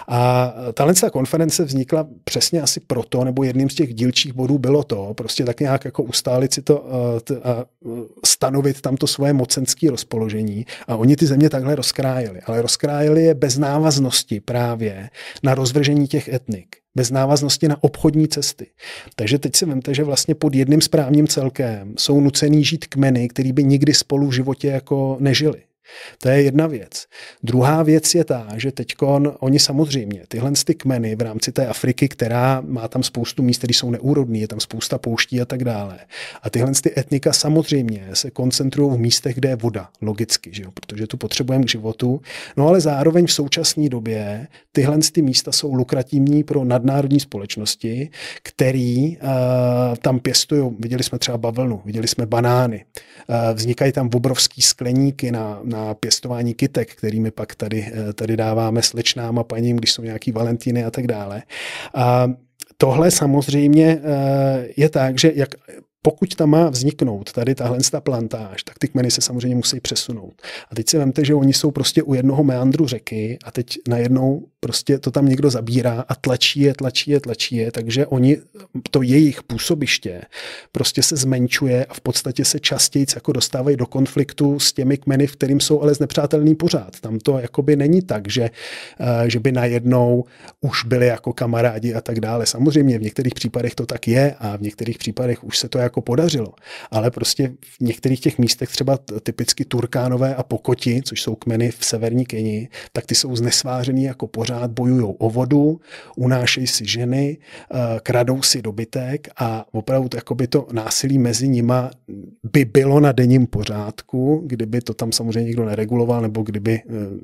A tahle konference vznikla přesně asi proto, nebo jedním z těch dílčích bodů bylo to, prostě tak nějak jako ustálit si to a stanovit tam to svoje mocenské rozpoložení a oni ty země takhle rozkrájeli. Ale rozkrájeli je bez návaznosti právě na rozvržení těch etnik. Bez návaznosti na obchodní cesty. Takže teď si vemte, že vlastně pod jedním správním celkem jsou nucený žít kmeny, který by nikdy spolu v životě jako nežili. To je jedna věc. Druhá věc je ta, že teďkon oni samozřejmě, tyhle ty kmeny v rámci té Afriky, která má tam spoustu míst, které jsou neúrodný, je tam spousta pouští a tak dále. A tyhle ty etnika samozřejmě se koncentrují v místech, kde je voda, logicky, že jo? Protože tu potřebujeme k životu. No ale zároveň v současné době tyhle ty místa jsou lukrativní pro nadnárodní společnosti, který uh, tam pěstují, viděli jsme třeba bavlnu, viděli jsme banány, uh, vznikají tam obrovský skleníky na, na na pěstování kytek, kterými pak tady, tady dáváme slečnám a paním, když jsou nějaký Valentíny a tak dále. A tohle samozřejmě je tak, že jak pokud tam má vzniknout tady tahle plantáž, tak ty kmeny se samozřejmě musí přesunout. A teď si vemte, že oni jsou prostě u jednoho meandru řeky a teď najednou prostě to tam někdo zabírá a tlačí je, tlačí je, tlačí je, takže oni, to jejich působiště prostě se zmenšuje a v podstatě se častěji jako dostávají do konfliktu s těmi kmeny, v kterým jsou ale znepřátelný pořád. Tam to jakoby není tak, že, že by najednou už byli jako kamarádi a tak dále. Samozřejmě v některých případech to tak je a v některých případech už se to jako podařilo. Ale prostě v některých těch místech, třeba typicky Turkánové a Pokoti, což jsou kmeny v severní Kenii, tak ty jsou znesvářený jako pořád, bojujou o vodu, unášejí si ženy, kradou si dobytek a opravdu jakoby to násilí mezi nima by bylo na denním pořádku, kdyby to tam samozřejmě nikdo nereguloval, nebo kdyby,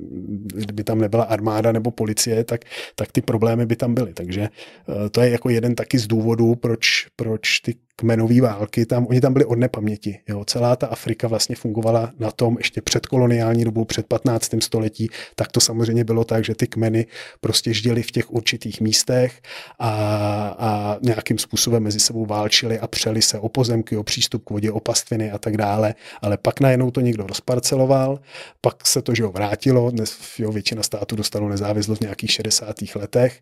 kdyby tam nebyla armáda nebo policie, tak, tak ty problémy by tam byly. Takže to je jako jeden taky z důvodů, proč, proč ty kmenové války, tam, oni tam byli od nepaměti. Jo. Celá ta Afrika vlastně fungovala na tom ještě před koloniální dobou, před patnáctým století, tak to samozřejmě bylo tak, že ty kmeny prostě žili v těch určitých místech a, a nějakým způsobem mezi sebou válčili a přeli se o pozemky, o přístup k vodě, o pastviny a tak dále, ale pak najednou to někdo rozparceloval, pak se to, že jo, vrátilo, dnes jo, většina států dostalo nezávislost v nějakých šedesátých letech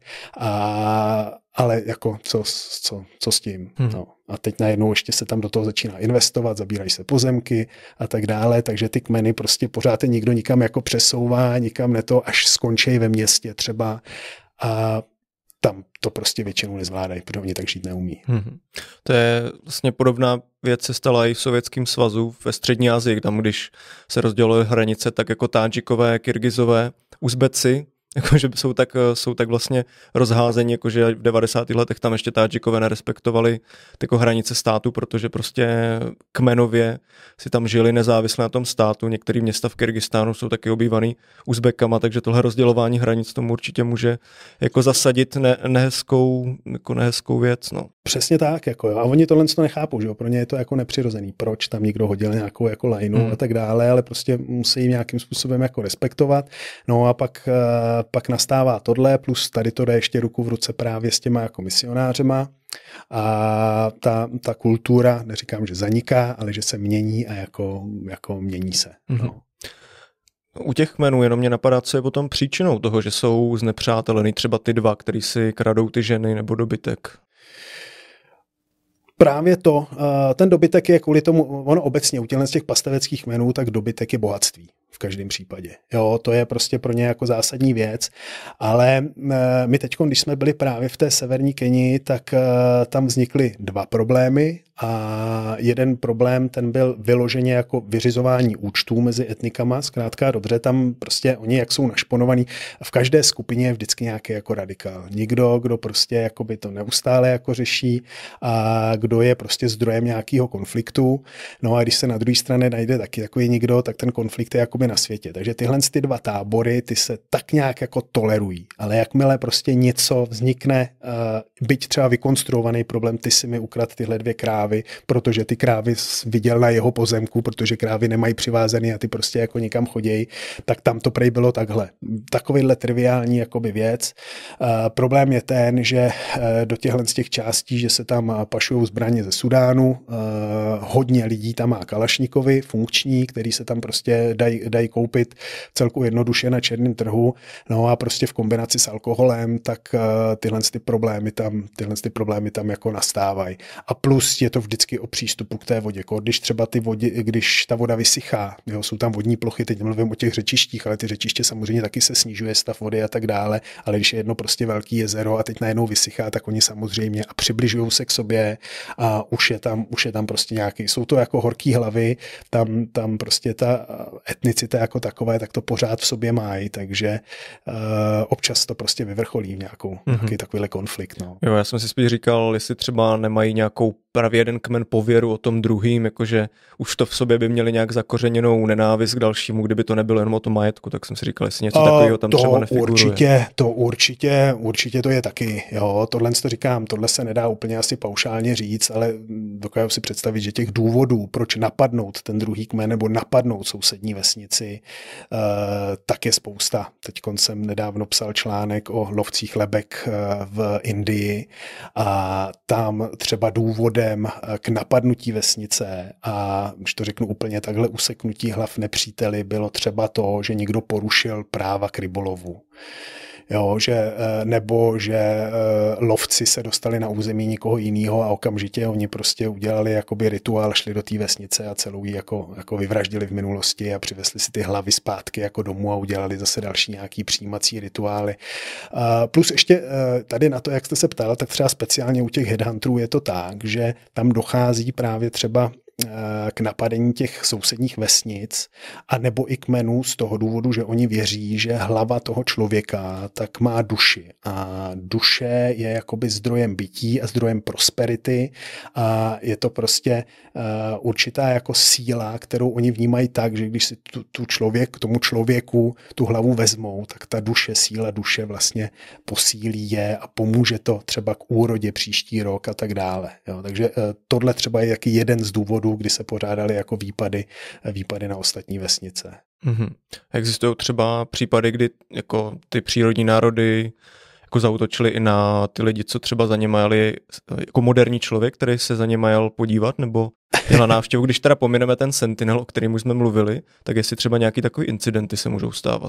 a ale jako co, co, co s tím? Hmm. No. A teď najednou ještě se tam do toho začíná investovat, zabírají se pozemky a tak dále, takže ty kmeny prostě pořád je nikdo nikam jako přesouvá, nikam ne to, až skončí ve městě třeba a tam to prostě většinou nezvládají, protože oni tak žít neumí. Hmm. To je vlastně podobná věc se stala i v Sovětském svazu ve střední Asii, tam když se rozdělují hranice, tak jako Tádžikové, Kyrgyzové, Uzbeci, jakože jsou tak, jsou tak vlastně rozházení, jakože v devadesátých letech tam ještě Tádžikové nerespektovali jako hranice státu, protože prostě kmenově si tam žili nezávisle na tom státu. Některé města v Kyrgyzstánu jsou taky obývaný Uzbekama, takže tohle rozdělování hranic tomu určitě může jako zasadit ne, nehezkou, jako nehezkou věc. No. Přesně tak, jako jo. A oni tohle to nechápou, že jo? Pro ně je to jako nepřirozený. Proč tam někdo hodil nějakou jako lajnu hmm. a tak dále, ale prostě musí jim nějakým způsobem jako respektovat. No a pak pak nastává tohle, plus tady to jde ještě ruku v ruce právě s těma jako misionářema a ta, ta kultura, neříkám, že zaniká, ale že se mění a jako, jako mění se. Mm-hmm. No. U těch kmenů jenom mě napadá, co je potom příčinou toho, že jsou znepřátelený třeba ty dva, který si kradou ty ženy nebo dobytek. Právě to, ten dobytek je kvůli tomu, ono obecně u těchto z těch pasteveckých kmenů, tak dobytek je bohatství v každém případě. Jo, to je prostě pro ně jako zásadní věc, ale my teď, když jsme byli právě v té severní Kenii, tak tam vznikly dva problémy a jeden problém, ten byl vyloženě jako vyřizování účtů mezi etnikama, zkrátka dobře, tam prostě oni jak jsou našponovaní, v každé skupině je vždycky nějaký jako radikál. Nikdo, kdo prostě jakoby to neustále jako řeší a kdo je prostě zdrojem nějakého konfliktu. No a když se na druhé straně najde taky takový někdo, tak ten konflikt je jakoby na světě. Takže tyhle ty dva tábory, ty se tak nějak jako tolerují. Ale jakmile prostě něco vznikne, uh, byť třeba vykonstruovaný problém, ty si mi ukradl tyhle dvě krávy, krávy, protože ty krávy viděl na jeho pozemku, protože krávy nemají přivázaný a ty prostě jako někam chodějí, tak tam to prej bylo takhle. Takovýhle triviální jakoby věc. Uh, problém je ten, že uh, do těchhle z těch částí, že se tam pašujou zbraně ze Sudánu, uh, hodně lidí tam má kalašnikovy funkční, který se tam prostě dají daj koupit celku jednoduše na černém trhu, no a prostě v kombinaci s alkoholem, tak uh, tyhle ty problémy tam, tyhle ty problémy tam jako nastávají. A plus je to vždycky o přístupu k té vodě. Když třeba ty vodě, když ta voda vysychá, jo, jsou tam vodní plochy, teď mluvím o těch řečištích, ale ty řečiště samozřejmě taky se snižuje stav vody a tak dále, ale když je jedno prostě velký jezero a teď najednou vysychá, tak oni samozřejmě a přibližují se k sobě a už je tam, už je tam prostě nějaký, jsou to jako horký hlavy, tam, tam prostě ta etnicita jako takové, tak to pořád v sobě mají, takže uh, občas to prostě vyvrcholí v nějakou, mm-hmm. nějaký takovýhle konflikt. No. Jo, já jsem si spíš říkal, jestli třeba nemají nějakou právě jeden kmen pověru o tom druhým, jakože už to v sobě by měli nějak zakořeněnou nenávist k dalšímu, kdyby to nebylo jenom o tom majetku, tak jsem si říkal, jestli něco takového tam to třeba nefiguruje. Určitě, to určitě, určitě to je taky, jo, tohle to říkám, tohle se nedá úplně asi paušálně říct, ale dokážu si představit, že těch důvodů, proč napadnout ten druhý kmen nebo napadnout sousední vesnici, uh, tak je spousta. Teďkon jsem nedávno psal článek o lovcích lebek v Indii a tam třeba důvodem k napadnutí vesnice a když to řeknu úplně takhle useknutí hlav nepříteli bylo třeba to, že někdo porušil práva k rybolovu. Jo, že, nebo že lovci se dostali na území někoho jiného a okamžitě oni prostě udělali jakoby rituál, šli do té vesnice a celou ji jako, jako vyvraždili v minulosti a přivezli si ty hlavy zpátky jako domů a udělali zase další nějaký přijímací rituály. Plus ještě tady na to, jak jste se ptal, tak třeba speciálně u těch headhunterů je to tak, že tam dochází právě třeba k napadení těch sousedních vesnic a nebo i kmenů z toho důvodu, že oni věří, že hlava toho člověka tak má duši a duše je jakoby zdrojem bytí a zdrojem prosperity a je to prostě uh, určitá jako síla, kterou oni vnímají tak, že když si tu, tu člověk, tomu člověku tu hlavu vezmou, tak ta duše, síla duše vlastně posílí je a pomůže to třeba k úrodě příští rok a tak dále. Jo, takže uh, tohle třeba je jaký jeden z důvodů, kdy se pořádaly jako výpady, výpady na ostatní vesnice. Mm-hmm. Existují třeba případy, kdy jako ty přírodní národy jako zaútočili i na ty lidi, co třeba za ně majali jako moderní člověk, který se za ně majal podívat, nebo měla návštěvu, když teda pomineme ten Sentinel, o kterém už jsme mluvili, tak jestli třeba nějaký takový incidenty se můžou stávat.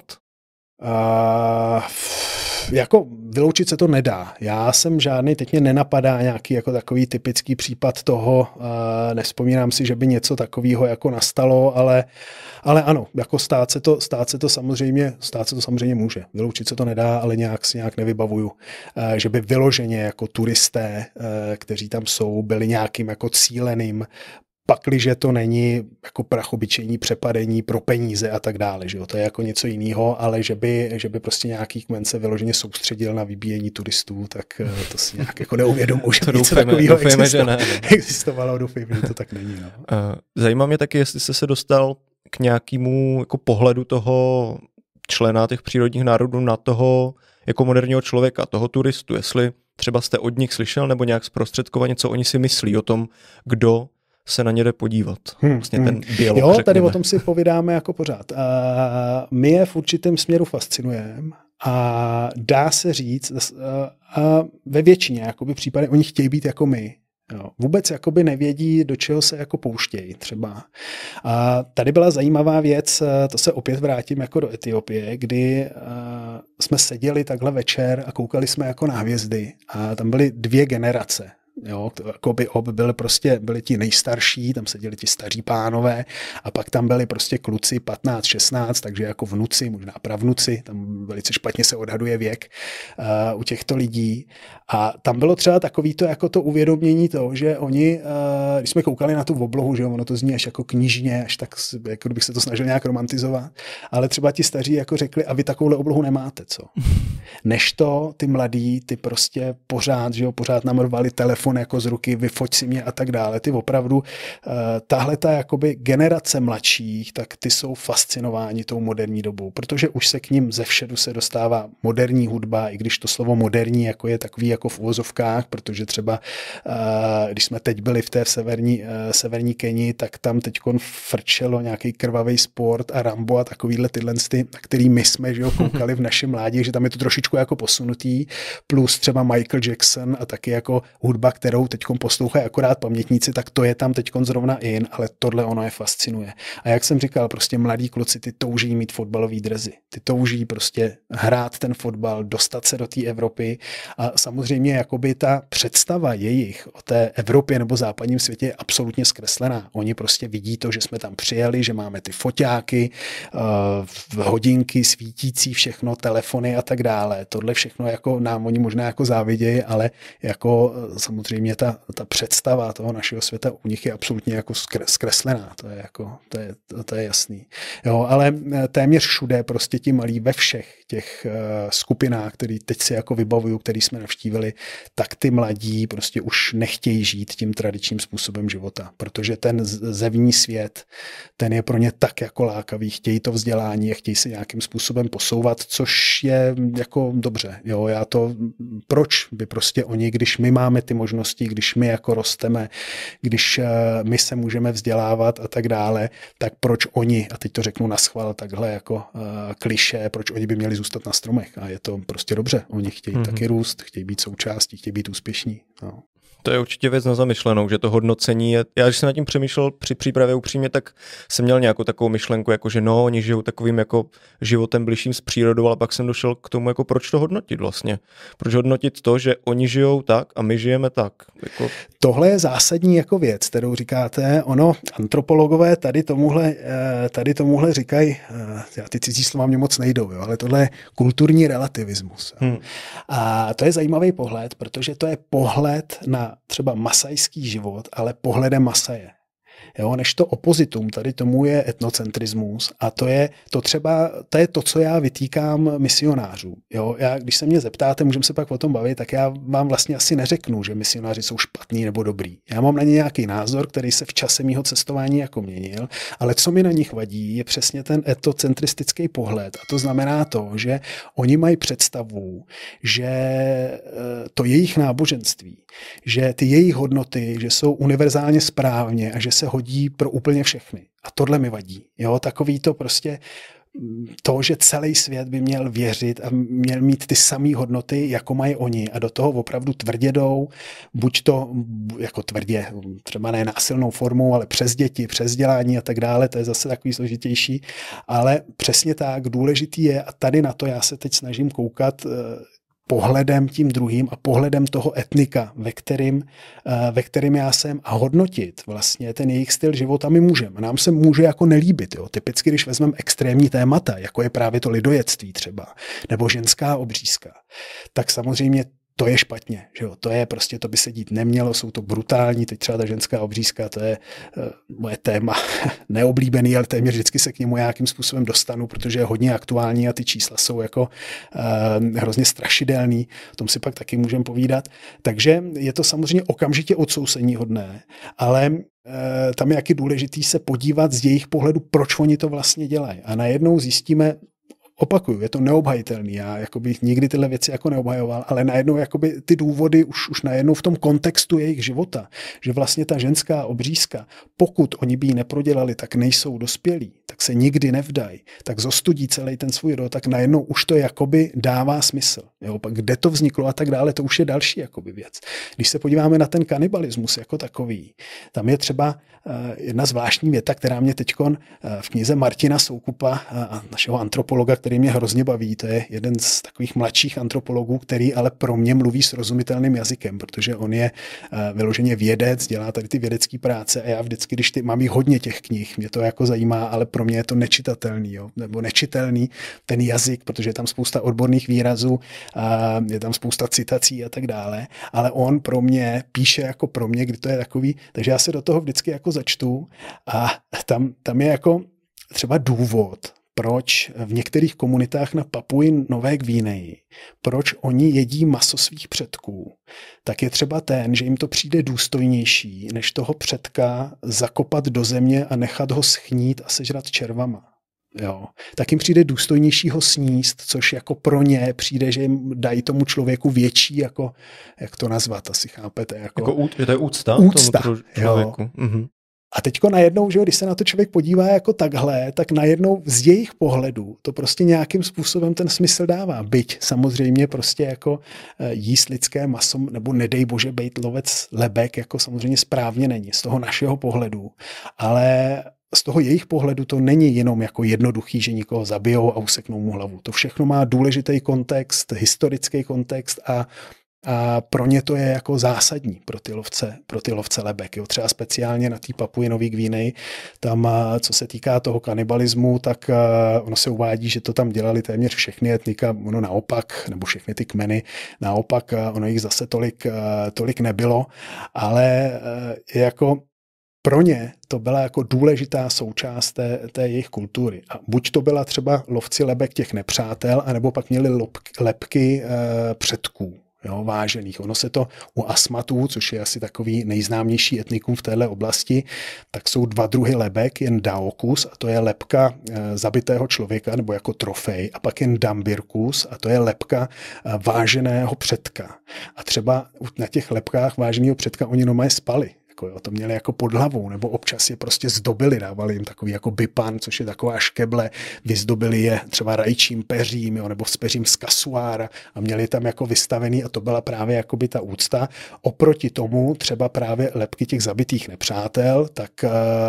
Uh, jako vyloučit se to nedá. Já jsem žádný, teď mě nenapadá nějaký jako takový typický případ toho, uh, nevzpomínám si, že by něco takového jako nastalo, ale, ale ano, jako stát se to, stát se to samozřejmě, stát se to samozřejmě může. Vyloučit se to nedá, ale nějak si nějak nevybavuju, uh, že by vyloženě jako turisté, uh, kteří tam jsou, byli nějakým jako cíleným pakliže to není jako prachobyčejní přepadení pro peníze a tak dále, že jo, to je jako něco jiného, ale že by, že by prostě nějaký kmen se vyloženě soustředil na vybíjení turistů, tak to si nějak jako neuvědomuji, že to něco takového existovalo, existovalo, doufejme, že to tak není. No. Zajímá mě taky, jestli jste se dostal k nějakému jako pohledu toho člena těch přírodních národů na toho jako moderního člověka, toho turistu, jestli třeba jste od nich slyšel nebo nějak zprostředkovaně, co oni si myslí o tom, kdo se na ně jde podívat. Hmm, vlastně hmm. ten dialog, jo, řekněme. Tady o tom si povídáme jako pořád. Uh, my je v určitém směru fascinujeme a dá se říct, uh, uh, ve většině jakoby případě oni chtějí být jako my. Jo. Vůbec jakoby nevědí, do čeho se jako pouštějí třeba. A tady byla zajímavá věc, to se opět vrátím jako do Etiopie, kdy uh, jsme seděli takhle večer a koukali jsme jako na hvězdy a tam byly dvě generace. Jo, jako by ob byli prostě, byli ti nejstarší, tam seděli ti staří pánové a pak tam byli prostě kluci patnáct šestnáct, takže jako vnuci, možná pravnuci, tam velice špatně se odhaduje věk uh, u těchto lidí a tam bylo třeba takový to jako to uvědomění toho, že oni, uh, když jsme koukali na tu oblohu, že ono to zní až jako knižně, až tak, jako kdybych se to snažil nějak romantizovat, ale třeba ti staří jako řekli, a vy takovouhle oblohu nemáte, co? Než to ty mladí, ty prostě pořád, že jo, pořád namrvali telefon telefon jako z ruky, vyfoť si mě a tak dále. Ty opravdu, tahle ta jakoby generace mladších, tak ty jsou fascinováni tou moderní dobou, protože už se k ním ze všedu se dostává moderní hudba, i když to slovo moderní jako je takový jako v uvozovkách, protože třeba když jsme teď byli v té severní, severní Keni, tak tam teďkon frčelo nějaký krvavý sport a Rambo a takovýhle tyhle, na který my jsme že jo, koukali v našem mládí, že tam je to trošičku jako posunutý, plus třeba Michael Jackson a taky jako hudba, kterou teďkon poslouchají akorát pamětníci, tak to je tam teďkon zrovna in, ale tohle ono je fascinuje. A jak jsem říkal, prostě mladí kluci, ty touží mít fotbalový dresy, ty touží prostě hrát ten fotbal, dostat se do té Evropy a samozřejmě jakoby ta představa jejich o té Evropě nebo západním světě je absolutně zkreslená. Oni prostě vidí to, že jsme tam přijeli, že máme ty foťáky, hodinky svítící, všechno, telefony a tak dále. Tohle všechno jako nám oni možná jako závidějí, ale jako samozřejmě ta, ta představa toho našeho světa u nich je absolutně jako zkreslená. To je jako, to je, to je jasný. Jo, ale téměř všude prostě ti malí ve všech těch skupinách, který teď si jako vybavuju, který jsme navštívili, tak ty mladí prostě už nechtějí žít tím tradičním způsobem života, protože ten zevní svět, ten je pro ně tak jako lákavý, chtějí to vzdělání a chtějí se nějakým způsobem posouvat, což je jako dobře. Jo, já to, proč by prostě oni, když my máme ty možnosti, když my jako rosteme, když my se můžeme vzdělávat a tak dále, tak proč oni, a teď to řeknu naschvál takhle jako uh, klišé, proč oni by měli zůstat na stromech a je to prostě dobře. Oni chtějí mm-hmm. taky růst, chtějí být součástí, chtějí být úspěšní. No. To je určitě věc na zamyšlenou, že to hodnocení je, já když jsem nad tím přemýšlel při přípravě upřímně, tak jsem měl nějakou takovou myšlenku, jako že no, oni žijou takovým jako životem bližším s přírodou, ale pak jsem došel k tomu, jako proč to hodnotit vlastně. Proč hodnotit to, že oni žijou tak a my žijeme tak. Jako... Tohle je zásadní jako věc, kterou říkáte. Ono, antropologové tady tomuhle, tady tomuhle říkají, já ty cizí slova mě moc nejdou, jo, ale tohle je kulturní relativismus. Hmm. A to je zajímavý pohled, protože to je pohled na třeba masajský život, ale pohledem Masaje. Jo, než to opozitum, tady tomu je etnocentrismus a to je to třeba, to je to, co já vytýkám misionářů. Jo, já, když se mě zeptáte, můžeme se pak o tom bavit, tak já vám vlastně asi neřeknu, že misionáři jsou špatný nebo dobrý. Já mám na ně nějaký názor, který se v čase mýho cestování jako měnil, ale co mi na nich vadí, je přesně ten etnocentristický pohled. A to znamená to, že oni mají představu, že to jejich náboženství, že ty jejich hodnoty, že jsou univerzálně správně a že se hodí pro úplně všechny. A tohle mi vadí. Jo, takový to prostě to, že celý svět by měl věřit a měl mít ty samé hodnoty, jako mají oni a do toho opravdu tvrdě jdou, buď to jako tvrdě, třeba ne násilnou formou, ale přes děti, přes vzdělání a tak dále, to je zase takový složitější, ale přesně tak důležitý je a tady na to já se teď snažím koukat pohledem tím druhým a pohledem toho etnika, ve kterým, ve kterým já jsem a hodnotit vlastně ten jejich styl života my můžeme. Nám se může jako nelíbit. Jo. Typicky, když vezmeme extrémní témata, jako je právě to lidojectví třeba, nebo ženská obřízka, tak samozřejmě to je špatně, že jo? To je prostě, to by se dít nemělo, jsou to brutální, teď třeba ta ženská obřízka, to je uh, moje téma neoblíbený, ale téměř vždycky se k němu nějakým způsobem dostanu, protože je hodně aktuální a ty čísla jsou jako uh, hrozně strašidelný, o tom si pak taky můžeme povídat. Takže je to samozřejmě okamžitě odsouzeníhodné, ale uh, tam je jaký důležitý se podívat z jejich pohledu, proč oni to vlastně dělají. A najednou zjistíme, opakuju, je to neobhajitelný. Já jakoby nikdy tyhle věci jako neobhajoval, ale najednou jakoby ty důvody už, už najednou v tom kontextu jejich života, že vlastně ta ženská obřízka, pokud oni by ji neprodělali, tak nejsou dospělí, tak se nikdy nevdají, tak zostudí celý ten svůj rod, tak najednou už to jakoby dává smysl. Jo, pak kde to vzniklo a tak dále, to už je další jakoby věc. Když se podíváme na ten kanibalismus jako takový, tam je třeba uh, jedna zvláštní věta, která mě teďkon uh, v knize Martina Soukupa, uh, našeho antropologa, který mě hrozně baví, to je jeden z takových mladších antropologů, který ale pro mě mluví srozumitelným jazykem, protože on je uh, vyloženě vědec, dělá tady ty vědecké práce a já vždycky, když ty, mám jí hodně těch knih, mě to jako zajímá, ale pro mě je to nečitatelný, jo, nebo nečitelný ten jazyk, protože je tam spousta odborných výrazů, uh, je tam spousta citací a tak dále, ale on pro mě píše jako pro mě, kdy to je takový, takže já se do toho vždycky jako začtu a tam, tam je jako třeba důvod, proč v některých komunitách na Papui Nové Gvineji, proč oni jedí maso svých předků, tak je třeba ten, že jim to přijde důstojnější, než toho předka zakopat do země a nechat ho schnít a sežrat červama. Jo. Tak jim přijde důstojnější ho sníst, což jako pro ně přijde, že jim dají tomu člověku větší, jako, jak to nazvat, asi chápete. Jako, jako ú, to je úcta, úcta tomu člověku. Mhm. A teďko najednou, že když se na to člověk podívá jako takhle, tak najednou z jejich pohledu to prostě nějakým způsobem ten smysl dává. Byť samozřejmě prostě jako jíst lidské maso, nebo nedej bože bejt lovec lebek, jako samozřejmě správně není z toho našeho pohledu. Ale z toho jejich pohledu to není jenom jako jednoduchý, že někoho zabijou a useknou mu hlavu. To všechno má důležitý kontext, historický kontext a A pro ně to je jako zásadní pro ty lovce, pro ty lovce lebek. Jo. Třeba speciálně na té Papui Nový Gvineji, tam, co se týká toho kanibalismu, tak ono se uvádí, že to tam dělali téměř všechny etnika, ono naopak, nebo všechny ty kmeny, naopak, ono jich zase tolik, tolik nebylo, ale jako pro ně to byla jako důležitá součást té, té jejich kultury. A buď to byla třeba lovci lebek těch nepřátel, anebo pak měli lobky, lebky e, předků. Jo, vážených. Ono se to u Asmatů, což je asi takový nejznámější etnikum v téhle oblasti, tak jsou dva druhy lebek, jen Daokus, a to je lebka e, zabitého člověka, nebo jako trofej, a pak jen Dambirkus, a to je lebka e, váženého předka. A třeba na těch lebkách váženého předka oni normálně spali. Jako jo, to měli jako pod hlavou, nebo občas je prostě zdobili, dávali jim takový jako bipan, což je taková škeble, vyzdobili je třeba rajčím peřím, jo, nebo s peřím z kasuára a měli tam jako vystavený a to byla právě jakoby ta úcta. Oproti tomu třeba právě lebky těch zabitých nepřátel, tak uh,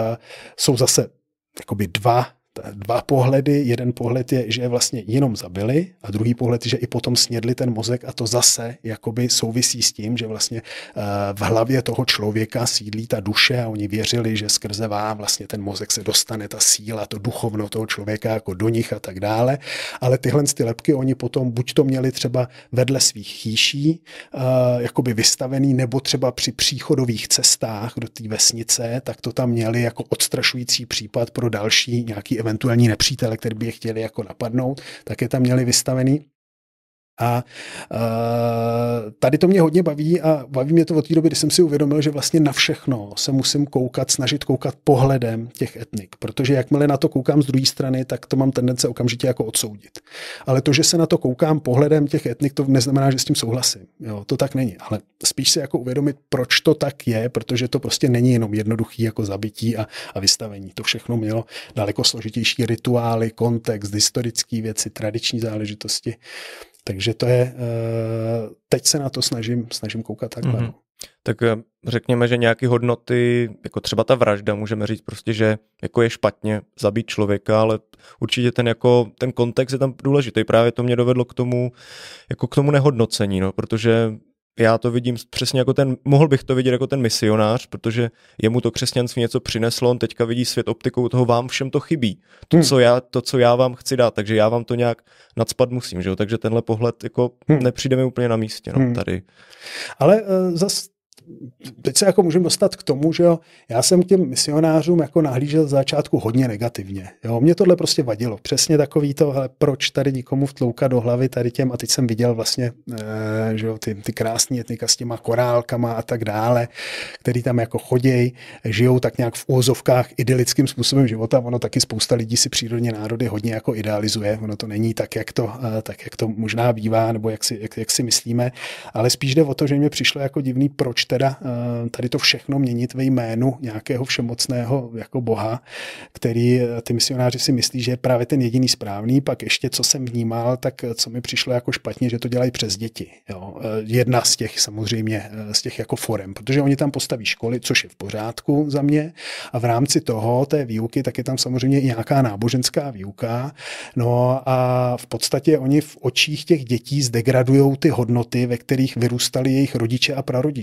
jsou zase jakoby dva Dva pohledy. Jeden pohled je, že je vlastně jenom zabili a druhý pohled je, že i potom snědli ten mozek a to zase jakoby souvisí s tím, že vlastně v hlavě toho člověka sídlí ta duše a oni věřili, že skrze vám vlastně ten mozek se dostane ta síla, to duchovno toho člověka jako do nich a tak dále. Ale tyhle ty lebky oni potom buď to měli třeba vedle svých chýší jakoby vystavený, nebo třeba při příchodových cestách do té vesnice, tak to tam měli jako odstrašující případ pro další nějaký eventuální nepřítele, který by je chtěli jako napadnout, tak je tam měli vystavený. A uh, tady to mě hodně baví a baví mě to od té doby, kdy jsem si uvědomil, že vlastně na všechno se musím koukat, snažit koukat pohledem těch etnik, protože jakmile na to koukám z druhé strany, tak to mám tendence okamžitě jako odsoudit. Ale to, že se na to koukám pohledem těch etnik, to neznamená, že s tím souhlasím. Jo, to tak není, ale spíš si jako uvědomit, proč to tak je, protože to prostě není jenom jednoduchý jako zabití a, a vystavení. To všechno mělo daleko složitější rituály, kontext, historické věci, tradiční záležitosti. Takže to je, teď se na to snažím, snažím koukat takhle. Mm-hmm. Tak řekněme, že nějaké hodnoty, jako třeba ta vražda, můžeme říct prostě, že jako je špatně zabít člověka, ale určitě ten, jako, ten kontext je tam důležitý. Právě to mě dovedlo k tomu, jako k tomu nehodnocení, no, protože já to vidím přesně jako ten, mohl bych to vidět jako ten misionář, protože jemu to křesťanství něco přineslo, on teďka vidí svět optikou toho, vám všem to chybí. To, hmm. co já, to, co já vám chci dát, takže já vám to nějak nacpat musím, že jo? Takže tenhle pohled jako hmm. nepřijde mi úplně na místě, no, hmm. tady. Ale uh, zas teď se jako můžeme dostat k tomu, že jo, já jsem k těm misionářům jako nahlížel z začátku hodně negativně. Jo, mě tohle prostě vadilo. Přesně takový to, hele, proč tady nikomu vtloukat do hlavy tady těm, a teď jsem viděl vlastně, e, že jo, ty, ty krásný etnika s těma korálkama a tak dále, který tam jako choděj, žijou tak nějak v úvozovkách idylickým způsobem života. Ono taky spousta lidí si přírodně národy hodně jako idealizuje. Ono to není tak, jak to, tak, jak to možná bývá, nebo jak si, jak, jak si myslíme, ale spíš jde o to, že mě přišlo jako divný, proč teda tady to všechno měnit ve jménu nějakého všemocného jako boha, který ty misionáři si myslí, že je právě ten jediný správný. Pak ještě, co jsem vnímal, tak co mi přišlo jako špatně, že to dělají přes děti. Jo. Jedna z těch samozřejmě, z těch jako forem, protože oni tam postaví školy, což je v pořádku za mě, a v rámci toho, té výuky, tak je tam samozřejmě i nějaká náboženská výuka. No a v podstatě oni v očích těch dětí zdegradujou ty hodnoty, ve kterých vyrůstali jejich rodiče a prarodiče.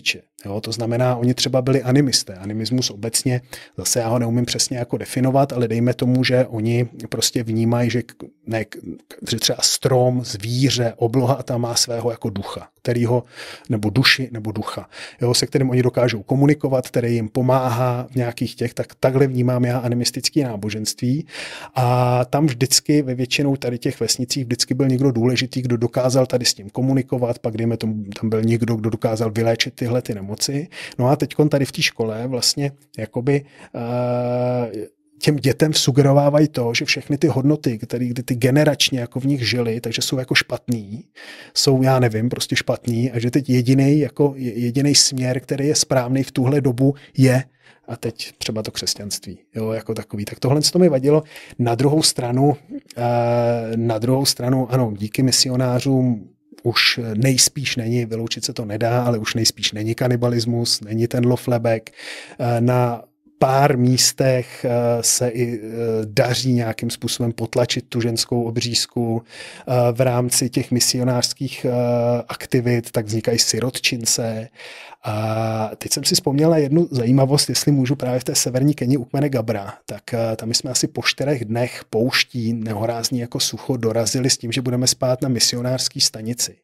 Jo, to znamená, oni třeba byli animisté. Animismus obecně, zase já ho neumím přesně jako definovat, ale dejme tomu, že oni prostě vnímají, že, ne, že třeba strom, zvíře, obloha tam má svého jako ducha, kterýho, nebo duši, nebo ducha, jo, se kterým oni dokážou komunikovat, který jim pomáhá v nějakých těch, tak takhle vnímám já animistické náboženství. A tam vždycky ve většinou tady těch vesnicích vždycky byl někdo důležitý, kdo dokázal tady s tím komunikovat, pak dejme tomu, tam byl někdo, kdo dokázal vyléčit tyhle ty nemoci. No a teďkon tady v té škole vlastně jakoby uh, těm dětem sugerovávají to, že všechny ty hodnoty, které kdy ty generačně jako v nich žili, takže jsou jako špatný, jsou, já nevím, prostě špatný a že teď jediný jako jediný směr, který je správný v tuhle dobu je a teď třeba to křesťanství, jo, jako takový. Tak tohle to mi vadilo. Na druhou stranu, na druhou stranu, ano, díky misionářům už nejspíš není, vyloučit se to nedá, ale už nejspíš není kanibalismus, není ten loflebek. Na pár místech se i daří nějakým způsobem potlačit tu ženskou obřízku. V rámci těch misionářských aktivit tak vznikají sirotčince. A teď jsem si vzpomněl na jednu zajímavost, jestli můžu právě v té severní Keni u kmene Gabra, tak tam jsme asi po čtyřech dnech pouští nehorázní jako sucho dorazili s tím, že budeme spát na misionářské stanici.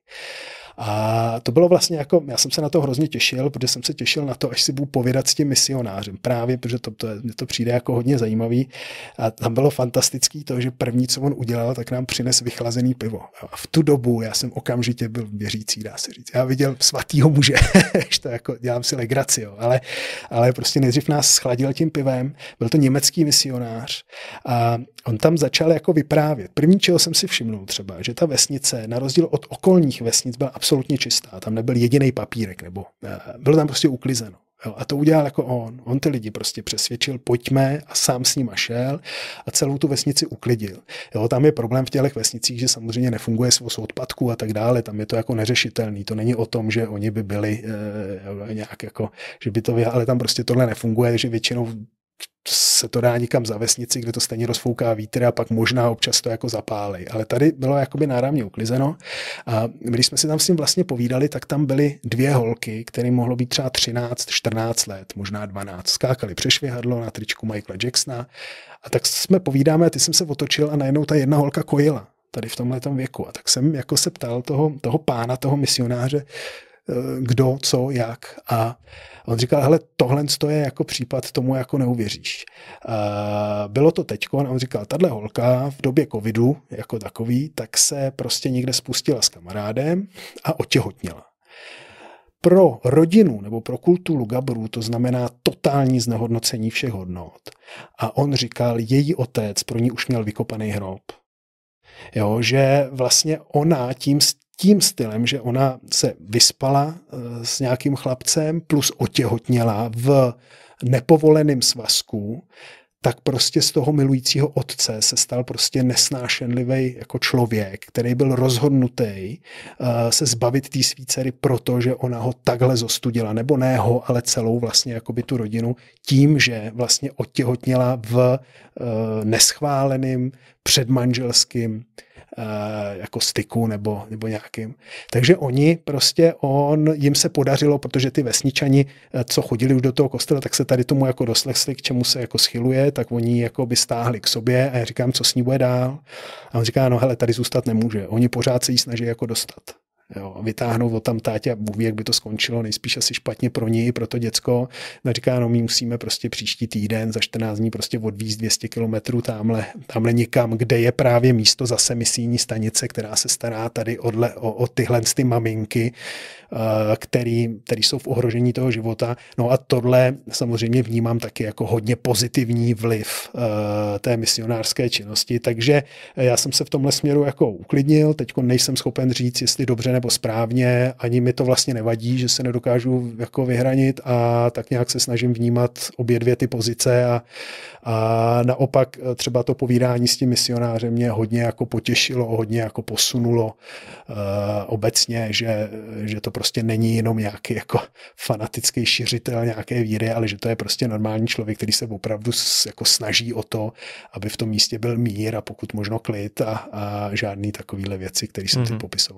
A to bylo vlastně jako, já jsem se na to hrozně těšil, protože jsem se těšil na to, až si budu povídat s tím misionářem. Právě, protože to, to, mně to přijde jako hodně zajímavý. A tam bylo fantastický to, že první, co on udělal, tak nám přines vychlazený pivo. A v tu dobu já jsem okamžitě byl věřící, dá se říct. Já viděl svatýho muže, to jako dělám si legraci, jo. Ale, ale prostě nejdřív nás schladil tím pivem. Byl to německý misionář a on tam začal jako vyprávět. První, čeho jsem si všimnul třeba, že ta vesnice, na rozdíl od okolních vesnic, byla absolutně čistá. Tam nebyl jediný papírek, nebo bylo tam prostě uklizeno. Jo, a to udělal jako on. On ty lidi prostě přesvědčil, pojďme, a sám s nima šel a celou tu vesnici uklidil. Jo, tam je problém v těch vesnicích, že samozřejmě nefunguje svoz odpadků a tak dále. Tam je to jako neřešitelný. To není o tom, že oni by byli e, nějak jako, že by to vy, ale tam prostě tohle nefunguje, takže většinou se to dá někam za vesnici, kde to stejně rozfouká vítr a pak možná občas to jako zapálej. Ale tady bylo jakoby náramně uklizeno a když jsme si tam s ním vlastně povídali, tak tam byly dvě holky, které mohlo být třeba třináct, čtrnáct let, možná dvanáct. Skákali přešvihadlo na tričku Michaela Jacksona a tak jsme povídáme a ty jsem se otočil a najednou ta jedna holka kojila tady v tomhletom věku. A tak jsem jako se ptal toho, toho pána, toho misionáře, kdo, co, jak. A on říkal, hele, tohle je jako případ, tomu jako neuvěříš. Bylo to teďko, a on říkal, tahle holka v době covidu jako takový, tak se prostě někde spustila s kamarádem a otěhotněla. Pro rodinu nebo pro kulturu Gabrů to znamená totální znehodnocení všech hodnot. A on říkal, její otec pro ní už měl vykopaný hrob. Jo, že vlastně ona tím tím stylem, že ona se vyspala s nějakým chlapcem plus otěhotněla v nepovoleném svazku, tak prostě z toho milujícího otce se stal prostě nesnášenlivý jako člověk, který byl rozhodnutý uh, se zbavit té svý dcery, protože ona ho takhle zostudila, nebo ne ho, ale celou vlastně jakoby tu rodinu tím, že vlastně otěhotněla v uh, neschváleným předmanželským jako styku nebo, nebo nějakým. Takže oni prostě, on, jim se podařilo, protože ty vesničani, co chodili už do toho kostela, tak se tady tomu jako doslechli, k čemu se jako schyluje, tak oni jako by stáhli k sobě a já říkám, co s ní bude dál. A on říká, no hele, tady zůstat nemůže. Oni pořád se jí snaží jako dostat. Jo, vytáhnou od tam tátě a Bůh ví, jak by to skončilo, nejspíš asi špatně pro ní, pro to děcko. A říká, no my musíme prostě příští týden za čtrnáct dní prostě odvízt dvě stě kilometrů tamhle, tamhle někam, kde je právě místo zase misijní stanice, která se stará tady odle, o, o tyhle ty maminky, který, který jsou v ohrožení toho života. No a tohle samozřejmě vnímám taky jako hodně pozitivní vliv té misionářské činnosti, takže já jsem se v tomhle směru jako uklidnil, teďko nejsem schopen říct, jestli dobře nebo správně, ani mi to vlastně nevadí, že se nedokážu jako vyhranit a tak nějak se snažím vnímat obě dvě ty pozice a, a naopak třeba to povídání s tím misionářem mě hodně jako potěšilo, hodně jako posunulo uh, obecně, že, že to prostě není jenom nějaký jako fanatický šiřitel nějaké víry, ale že to je prostě normální člověk, který se opravdu jako snaží o to, aby v tom místě byl mír a pokud možno klid a, a žádný takovýhle věci, které jsem mm-hmm. si popisoval. No.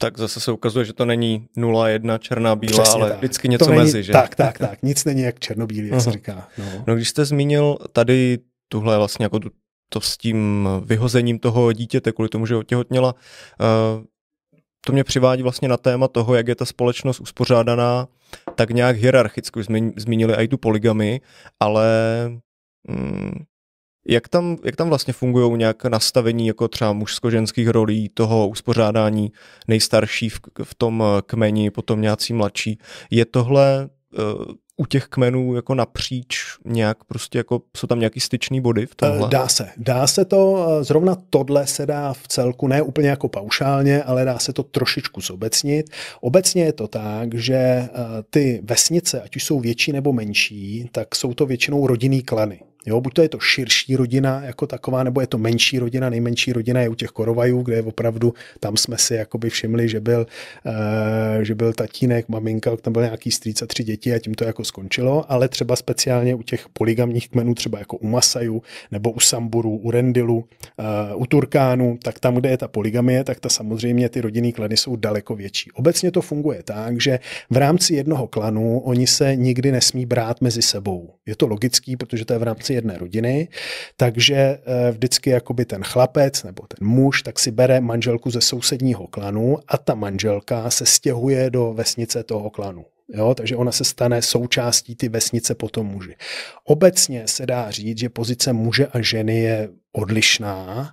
Tak zase se ukazuje, že to není nula jedna černá bílá, Přesně ale tak. vždycky něco není, mezi, že? Tak, tak, tak. Nic není jak černobílý, jak Aha. se říká. No. no když jste zmínil tady tuhle vlastně jako tu, to s tím vyhozením toho dítěte kvůli tomu, že otěhotněla, uh, to mě přivádí vlastně na téma toho, jak je ta společnost uspořádaná tak nějak hierarchicky. Už jsme zmínili i tu polygamy, ale mm, jak, tam, jak tam vlastně fungují nějak nastavení jako třeba mužsko-ženských rolí, toho uspořádání nejstarší v, v tom kmeni, potom nějací mladší. Je tohle uh, u těch kmenů jako napříč nějak prostě jako, jsou tam nějaký styčný body v tomhle? Dá se. Dá se to, zrovna tohle se dá v celku, ne úplně jako paušálně, ale dá se to trošičku zobecnit. Obecně je to tak, že ty vesnice, ať už jsou větší nebo menší, tak jsou to většinou rodinný klany. Jo, buď to je to širší rodina jako taková, nebo je to menší rodina. Nejmenší rodina je u těch Korovajů, kde je opravdu, tam jsme si jakoby všimli, že byl, uh, že byl tatínek, maminka, tam byl nějaký strýc a tři děti a tím to jako skončilo, ale třeba speciálně u těch polygamních kmenů, třeba jako u Masajů, nebo u Samburů, u Rendilu, uh, u Turkánů, tak tam, kde je ta polygamie, tak ta samozřejmě ty rodinný klany jsou daleko větší. Obecně to funguje tak, že v rámci jednoho klanu oni se nikdy nesmí brát mezi sebou. Je to logický, protože to je v rámci jedné rodiny, takže vždycky jakoby ten chlapec nebo ten muž tak si bere manželku ze sousedního klanu a ta manželka se stěhuje do vesnice toho klanu. Jo, takže ona se stane součástí ty vesnice po tom muži. Obecně se dá říct, že pozice muže a ženy je odlišná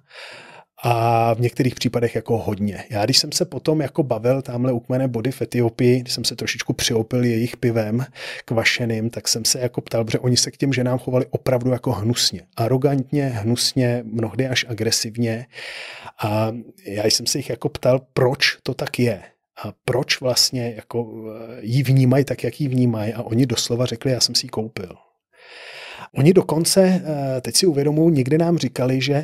a v některých případech jako hodně. Já když jsem se potom jako bavil tamhle u kmene Body v Etiopii, když jsem se trošičku přiopil jejich pivem kvašeným, tak jsem se jako ptal, protože oni se k těm ženám chovali opravdu jako hnusně. Arogantně, hnusně, mnohdy až agresivně. A já jsem se jich jako ptal, proč to tak je. A proč vlastně jako jí vnímají tak, jak jí vnímají. A oni doslova řekli, já jsem si ji koupil. Oni dokonce, teď si uvědomují, někdy nám říkali, že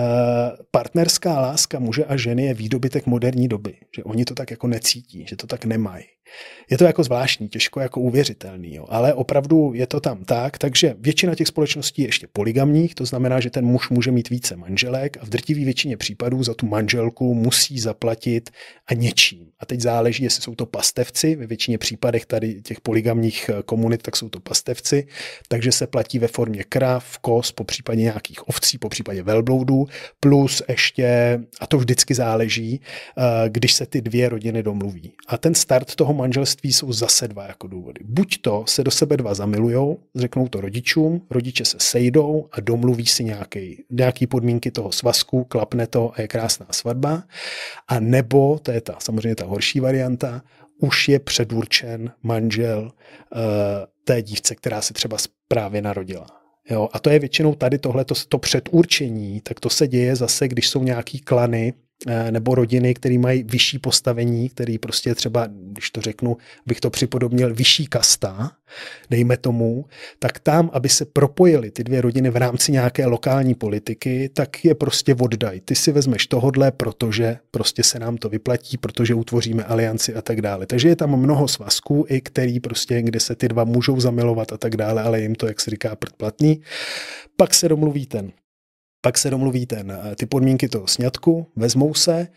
partnerská láska muže a ženy je výdobytek moderní doby. Že oni to tak jako necítí, že to tak nemají. Je to jako zvláštní, těžko jako uvěřitelný, jo. Ale opravdu je to tam tak, takže většina těch společností je ještě polygamních, to znamená, že ten muž může mít více manželek a v drtivé většině případů za tu manželku musí zaplatit a něčím. A teď záleží, jestli jsou to pastevci, ve většině případech tady těch polygamních komunit, tak jsou to pastevci, takže se platí ve formě krav, koz, popřípadě nějakých ovcí, popřípadě velbloudů, plus ještě, a to vždycky záleží, když se ty dvě rodiny domluví. A ten start toho manželství jsou zase dva jako důvody. Buď to se do sebe dva zamilujou, řeknou to rodičům, rodiče se sejdou a domluví si nějaký, nějaký podmínky toho svazku, klapne to a je krásná svatba. A nebo, to je ta samozřejmě ta horší varianta, už je předurčen manžel uh, té dívce, která se třeba právě narodila. Jo, a to je většinou tady tohleto, to předurčení, tak to se děje zase, když jsou nějaký klany nebo rodiny, které mají vyšší postavení, který prostě třeba, když to řeknu, bych to připodobnil, vyšší kasta, dejme tomu, tak tam, aby se propojily ty dvě rodiny v rámci nějaké lokální politiky, tak je prostě oddaj. Ty si vezmeš tohodle, protože prostě se nám to vyplatí, protože utvoříme alianci a tak dále. Takže je tam mnoho svazků, i který prostě, kde se ty dva můžou zamilovat a tak dále, ale jim to, jak se říká, platný. Pak se domluví ten Pak se domluví ten, ty podmínky toho sňatku, vezmou se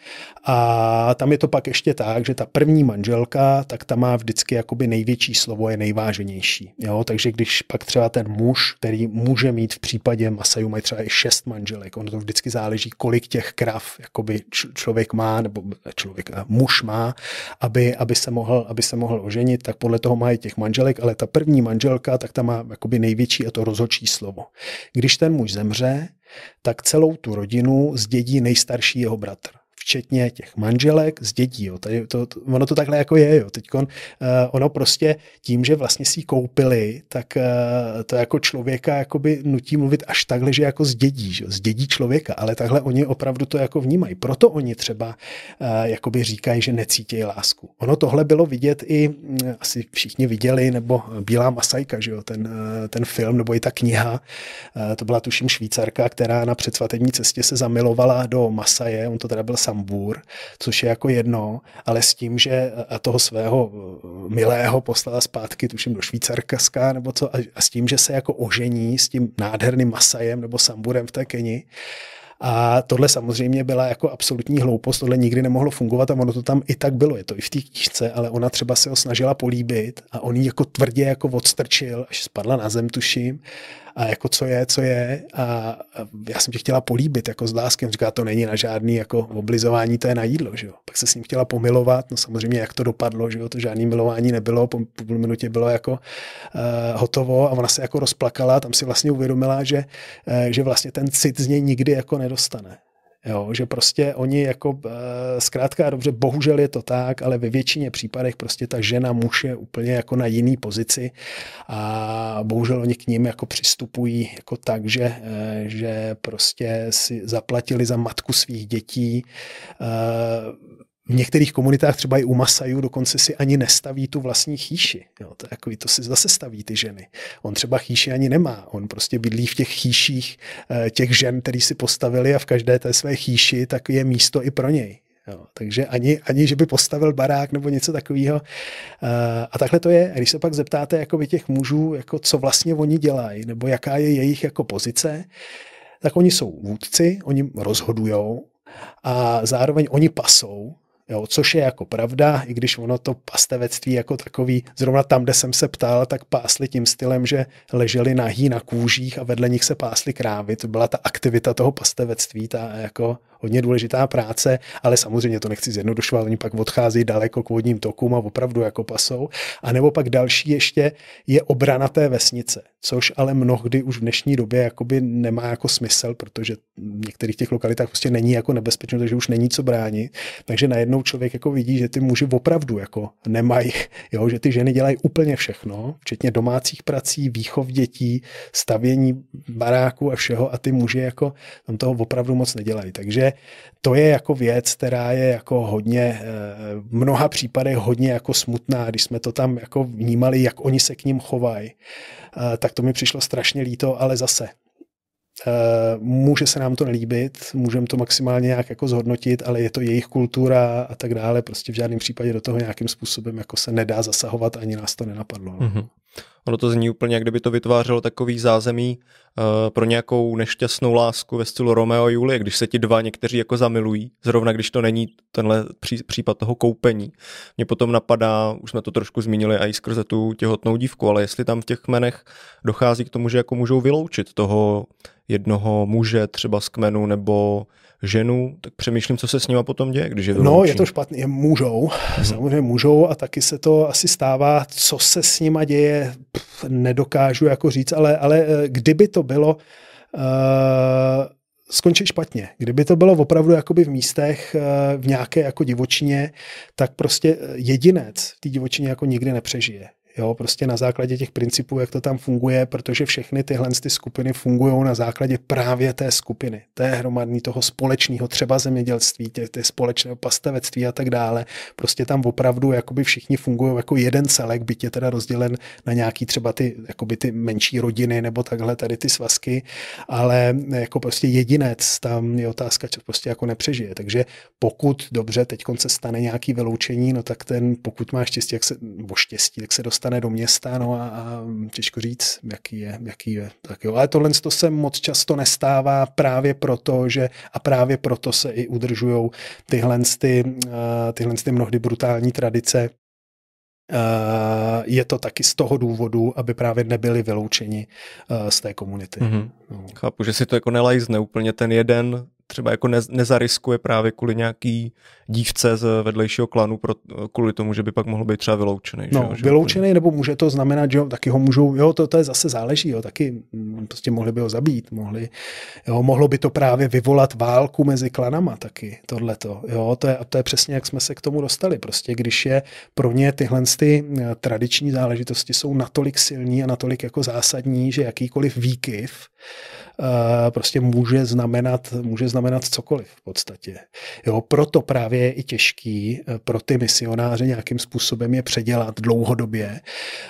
a tam je to pak ještě tak, že ta první manželka, tak ta má vždycky jakoby největší slovo, je nejváženější. Jo? Takže když pak třeba ten muž, který může mít v případě Masajů, mají třeba i šest manželek, ono to vždycky záleží, kolik těch krav jakoby člověk má, nebo člověk, muž má, aby, aby, se mohl, aby se mohl oženit, tak podle toho má i těch manželek, ale ta první manželka, tak ta má jakoby největší a to rozhodčí slovo. Když ten muž zemře, tak celou tu rodinu zdědí nejstarší jeho bratr. Včetně těch manželek, zdědí. Jo. Tady to, to, ono to takhle jako je. Jo. Teďkon, uh, ono prostě tím, že vlastně si ji koupili, tak uh, to jako člověka jakoby nutí mluvit až takhle, že jako zdědí. Že? Zdědí člověka, ale takhle oni opravdu to jako vnímají. Proto oni třeba uh, jakoby říkají, že necítí lásku. Ono tohle bylo vidět i, uh, asi všichni viděli, nebo Bílá Masajka, že jo? Ten, uh, ten film, nebo i ta kniha. Uh, to byla tuším Švýcarka, která na předsvatební cestě se zamilovala do Masaje. On to teda byl Sambur, což je jako jedno, ale s tím, že a toho svého milého poslala zpátky, tuším do Švýcarska nebo co, a s tím, že se jako ožení s tím nádherným Masajem nebo Samburem v té Keni. A tohle samozřejmě byla jako absolutní hloupost, tohle nikdy nemohlo fungovat a ono to tam i tak bylo, je to i v té knížce, ale ona třeba se ho snažila políbit a on ji jako tvrdě jako odstrčil, až spadla na zem, tuším, a jako co je, co je a já jsem tě chtěla políbit jako s láskem, říká, to není na žádný jako oblizování, to je na jídlo, že jo. Pak se s ním chtěla pomilovat, no samozřejmě jak to dopadlo, že jo, to žádný milování nebylo, po půl minutě bylo jako uh, hotovo a ona se jako rozplakala, tam si vlastně uvědomila, že, uh, že vlastně ten cit z něj nikdy jako nedostane. Jo, že prostě oni jako zkrátka a dobře, bohužel je to tak, ale ve většině případech prostě ta žena, muž je úplně jako na jiný pozici a bohužel oni k ním jako přistupují jako tak, že, že prostě si zaplatili za matku svých dětí. V některých komunitách, třeba i u Masajů, dokonce si ani nestaví tu vlastní chýši. Jo, to, je jako, to si zase staví ty ženy. On třeba chýši ani nemá. On prostě bydlí v těch chýších těch žen, který si postavili a v každé té své chýši tak je místo i pro něj. Jo, takže ani, ani, že by postavil barák nebo něco takového. A takhle to je. A když se pak zeptáte jakoby těch mužů, jako co vlastně oni dělají, nebo jaká je jejich jako pozice, tak oni jsou vůdci, oni rozhodujou a zároveň oni pasou. Jo, což je jako pravda, i když ono to pastevectví jako takový, zrovna tam, kde jsem se ptal, tak pásli tím stylem, že leželi nahý na kůžích a vedle nich se pásly krávy. To byla ta aktivita toho pastevectví, ta jako hodně důležitá práce, ale samozřejmě to nechci zjednodušovat, oni pak odchází daleko k vodním tokům a opravdu jako pasou. A nebo pak další ještě je obrana té vesnice, což ale mnohdy už v dnešní době jakoby nemá jako smysl, protože v některých těch lokalitách prostě není jako nebezpečné, takže už není co bránit. Takže najednou člověk jako vidí, že ty muži opravdu jako nemají, jo, že ty ženy dělají úplně všechno, včetně domácích prací, výchov dětí, stavění baráku a všeho a ty muži jako tam toho opravdu moc nedělají. Takže to je jako věc, která je jako hodně, v mnoha případech hodně jako smutná, když jsme to tam jako vnímali, jak oni se k ním chovají, tak to mi přišlo strašně líto, ale zase může se nám to nelíbit, můžeme to maximálně nějak jako zhodnotit, ale je to jejich kultura a tak dále, prostě v žádném případě do toho nějakým způsobem jako se nedá zasahovat, ani nás to nenapadlo. No. Mm-hmm. Ono to zní úplně, jak kdyby to vytvářelo takový zázemí uh, pro nějakou nešťastnou lásku ve stylu Romeo a Julie, když se ti dva někteří jako zamilují, zrovna když to není tenhle pří, případ toho koupení. Mně potom napadá, už jsme to trošku zmínili i skrze tu těhotnou dívku, ale jestli tam v těch kmenech dochází k tomu, že jako můžou vyloučit toho jednoho muže třeba z kmenu nebo ženu, tak přemýšlím, co se s nima potom děje, když je vyloučí. No, je to špatný, můžou, hmm. samozřejmě můžou a taky se to asi stává, co se s nima děje, pff, nedokážu jako říct, ale, ale kdyby to bylo uh, skončit špatně, kdyby to bylo opravdu jakoby v místech, uh, v nějaké jako divočině, tak prostě jedinec v té divočině jako nikdy nepřežije. Jo, prostě na základě těch principů, jak to tam funguje, protože všechny tyhle ty skupiny fungují na základě právě té skupiny, té hromadní toho společného třeba zemědělství, té, té společného pastevectví a tak dále. Prostě tam opravdu jakoby všichni fungují jako jeden celek, byť je teda rozdělen na nějaký třeba ty, jakoby ty menší rodiny nebo takhle tady ty svazky, ale jako prostě jedinec tam je otázka, co prostě jako nepřežije. Takže pokud dobře teďkon se stane nějaký vyloučení, no tak ten, pokud má štěstí, jak se, bo štěstí, tak se dostane do města, no a, a těžko říct, jaký je, jaký je. Tak jo. Ale tohle to se moc často nestává právě proto, že a právě proto se i udržujou tyhle, ty, tyhle ty mnohdy brutální tradice. Je to taky z toho důvodu, aby právě nebyli vyloučeni z té komunity. Mm-hmm. No. Chápu, že si to jako nelajzne úplně ten jeden, třeba jako nez, nezariskuje právě kvůli nějaký dívce z vedlejšího klanu, pro, kvůli tomu, že by pak mohl být třeba vyloučený. No, že? vyloučený, nebo může to znamenat, že jo, taky ho můžou, jo, to, to je zase záleží, jo, taky prostě mohli by ho zabít, mohli, jo, mohlo by to právě vyvolat válku mezi klanama taky, tohleto, jo, to je, to je přesně, jak jsme se k tomu dostali, prostě, když je pro ně tyhle ty tradiční záležitosti jsou natolik silní a natolik jako zásadní, že jakýkoliv výkyv prostě může znamenat, může znamenat cokoliv v podstatě. Jo, proto právě je i těžký pro ty misionáře nějakým způsobem je předělat dlouhodobě.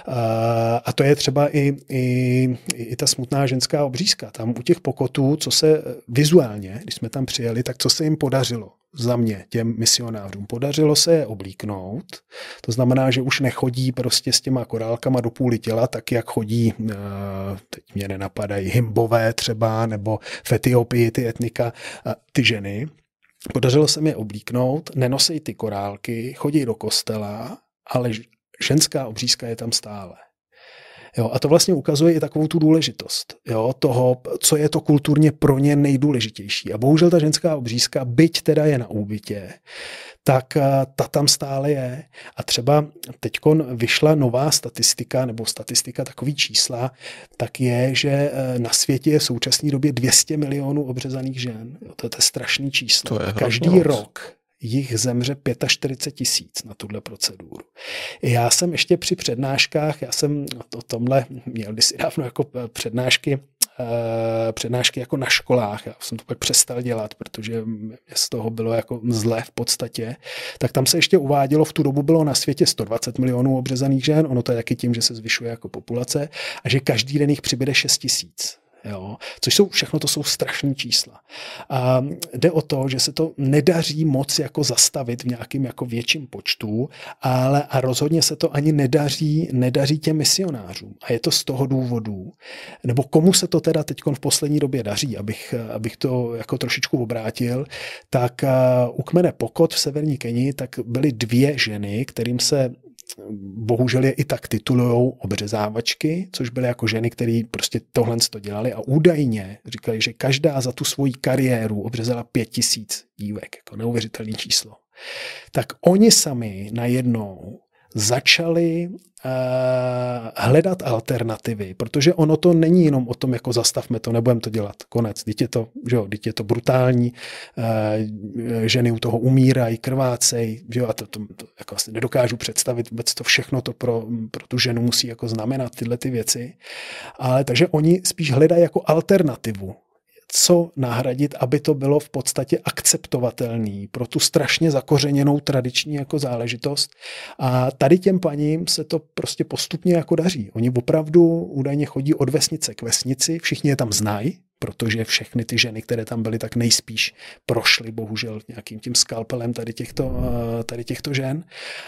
A to je třeba i, i, i ta smutná ženská obřízka. Tam u těch pokotů, co se vizuálně, když jsme tam přijeli, tak co se jim podařilo. za mě těm misionářům. Podařilo se je oblíknout, to znamená, že už nechodí prostě s těma korálkama do půly těla, tak jak chodí, teď mě nenapadají, Himbové třeba, nebo v Etiopii ty etnika, ty ženy. Podařilo se mi je oblíknout, nenosej ty korálky, chodí do kostela, ale ženská obřízka je tam stále. Jo, a to vlastně ukazuje i takovou tu důležitost, jo, toho, co je to kulturně pro ně nejdůležitější. A bohužel ta ženská obřízka, byť teda je na úbytě, tak ta tam stále je. A třeba teďkon vyšla nová statistika, nebo statistika takový čísla, tak je, že na světě je v současné době dvě stě milionů obřezaných žen. Jo, to je to strašný číslo. To je každý moc. rok jich zemře čtyřicet pět tisíc na tuhle proceduru. Já jsem ještě při přednáškách, já jsem o tomhle měl kdysi dávno jako přednášky, přednášky jako na školách, já jsem to pak přestal dělat, protože z toho bylo jako zle v podstatě, tak tam se ještě uvádělo, v tu dobu bylo na světě sto dvacet milionů obřezaných žen, ono to je taky tím, že se zvyšuje jako populace a že každý den jich přibyde šest tisíc. Jo, což jsou, všechno to jsou strašný čísla. A jde o to, že se to nedaří moc jako zastavit v nějakým jako větším počtu, ale a rozhodně se to ani nedaří, nedaří těm misionářům. A je to z toho důvodu, nebo komu se to teda teď v poslední době daří, abych, abych to jako trošičku obrátil, tak u kmene Pokot v severní Keni tak byly dvě ženy, kterým se bohužel je i tak titulujou obřezávačky, což byly jako ženy, které prostě tohle to dělali a údajně říkali, že každá za tu svoji kariéru obřezala pět tisíc dívek, jako neuvěřitelné číslo. Tak oni sami najednou začali uh, hledat alternativy, protože ono to není jenom o tom, jako zastavme to, nebudeme to dělat, konec. Teď je to, že jo, teď je to brutální, uh, ženy u toho umírají, krvácejí, že jo, a to, to, to jako asi nedokážu představit vůbec to všechno, to pro, pro tu ženu musí jako znamenat tyhle ty věci. Ale takže oni spíš hledají jako alternativu, co nahradit, aby to bylo v podstatě akceptovatelný pro tu strašně zakořeněnou tradiční jako záležitost. A tady těm paním se to prostě postupně jako daří. Oni opravdu údajně chodí od vesnice k vesnici, všichni je tam znají, protože všechny ty ženy, které tam byly, tak nejspíš prošly bohužel nějakým tím skalpelem tady těchto, tady těchto žen.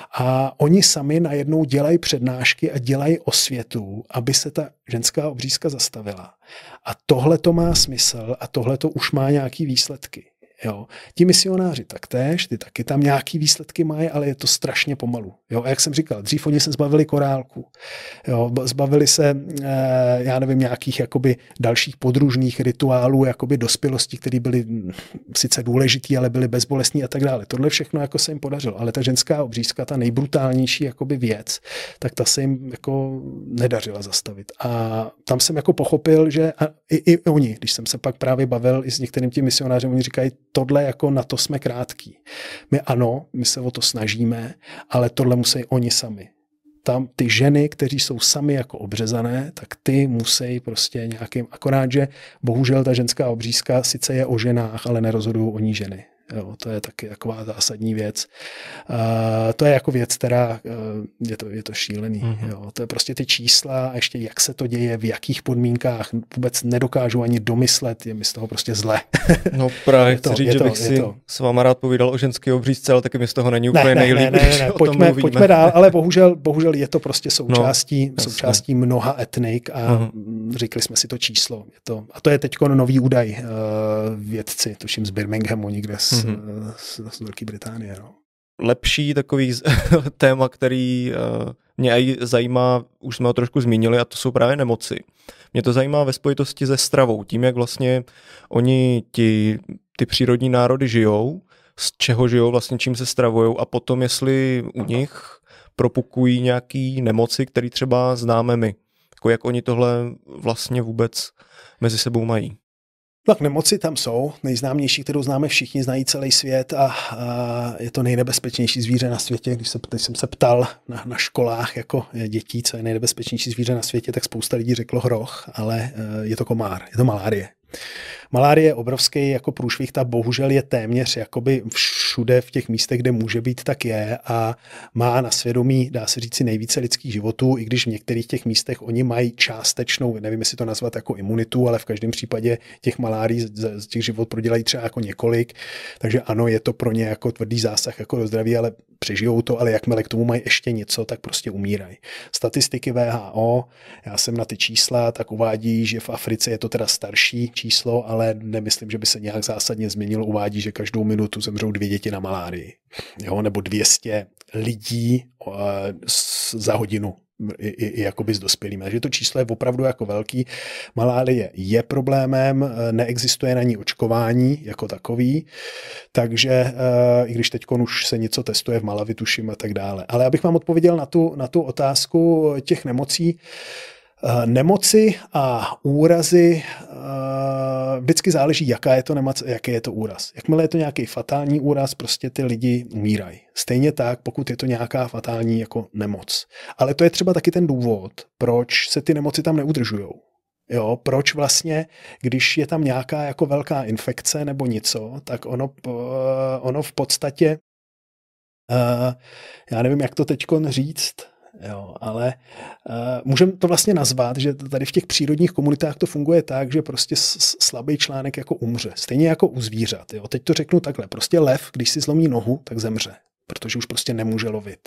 A oni sami najednou dělají přednášky a dělají osvětu, aby se ta ženská obřízka zastavila. A tohle to má smysl a tohle to už má nějaký výsledky. Jo. Ti misionáři taktéž, ty taky tam nějaký výsledky mají, ale je to strašně pomalu. Jo. A jak jsem říkal, dřív oni se zbavili korálku. Jo. Zbavili se, eh, já nevím, nějakých jakoby dalších podružných rituálů, jakoby dospělosti, které byly sice důležitý, ale byly bezbolestní a tak dále. Tohle všechno jako se jim podařilo. Ale ta ženská obřízka, ta nejbrutálnější jakoby věc, tak ta se jim jako nedařila zastavit. A tam jsem jako pochopil, že a i, i oni, když jsem se pak právě bavil i s některým tím misionářem, oni říkají, tohle jako na to jsme krátký. My ano, my se o to snažíme, ale tohle musí oni sami. Tam ty ženy, kteří jsou sami jako obřezané, tak ty musí prostě nějakým, akorát, že bohužel ta ženská obřízka sice je o ženách, ale nerozhodují o ní ženy. Jo, to je taky taková zásadní věc. Uh, to je jako věc, která uh, je, to, je to šílený. Mm-hmm. Jo. To je prostě ty čísla a ještě jak se to děje, v jakých podmínkách vůbec nedokážu ani domyslet, je mi z toho prostě zle. No právě chci to, říct, že to, bych si to. s váma rád povídal o ženské obřízce, ale taky mi z toho není úplně ne, nejlíp, ne, ne, ne, ne. Pojďme, pojďme dál, ale bohužel, bohužel je to prostě součástí, no, součástí mnoha etnik a mm. řekli jsme si to číslo. Je to, a to je teď nový údaj uh, vědci, tuším z Birminghamu, někde z, mm-hmm. z, z Velké Británie. No. Lepší takový téma, který uh, mě aj zajímá, už jsme ho trošku zmínili, a to jsou právě nemoci. Mě to zajímá ve spojitosti se stravou, tím, jak vlastně oni, ti, ty přírodní národy žijou, z čeho žijou, vlastně čím se stravujou a potom, jestli u nich propukují nějaký nemoci, které třeba známe my. Jako jak oni tohle vlastně vůbec mezi sebou mají. Tak nemoci tam jsou, nejznámější, kterou známe všichni, znají celý svět a, a je to nejnebezpečnější zvíře na světě. Když, se, když jsem se ptal na, na školách jako dětí, co je nejnebezpečnější zvíře na světě, tak spousta lidí řeklo hroch, ale je to komár, je to malárie. Malárie je obrovský jako průšvih, ta bohužel je téměř jakoby všude v těch místech, kde může být, tak je a má na svědomí, dá se říci, nejvíce lidských životů, i když v některých těch místech oni mají částečnou, nevím, jestli to nazvat jako imunitu, ale v každém případě těch malárií z, z těch život prodělají třeba jako několik, takže ano, je to pro ně jako tvrdý zásah jako do zdraví, ale přežijou to, ale jakmile k tomu mají ještě něco, tak prostě umírají. Statistiky W H O, já jsem na ty čísla, tak uvádí, že v Africe je to teda starší číslo, ale nemyslím, že by se nějak zásadně změnilo. Uvádí, že každou minutu zemřou dvě děti na malárii. Jo, nebo dvě stě lidí uh, za hodinu. I, i, i jakoby s dospělými. Takže to číslo je opravdu jako velký. Malárie je problémem, neexistuje na ní očkování jako takový, takže uh, i když teď už se něco testuje v Malawi, tuším a tak dále. Ale abych vám odpověděl na tu, na tu otázku těch nemocí, nemoci a úrazy vždycky záleží, jaká je to nemoc, jaký je to úraz. Jakmile je to nějaký fatální úraz, prostě ty lidi umírají. Stejně tak, pokud je to nějaká fatální jako nemoc. Ale to je třeba taky ten důvod, proč se ty nemoci tam neudržujou. Jo, proč vlastně, když je tam nějaká jako velká infekce nebo něco, tak ono, ono v podstatě, já nevím, jak to teďkon říct, jo, ale uh, můžeme to vlastně nazvat, že tady v těch přírodních komunitách to funguje tak, že prostě slabý článek jako umře. Stejně jako u zvířat. Jo. Teď to řeknu takhle. Prostě lev, když si zlomí nohu, tak zemře, protože už prostě nemůže lovit.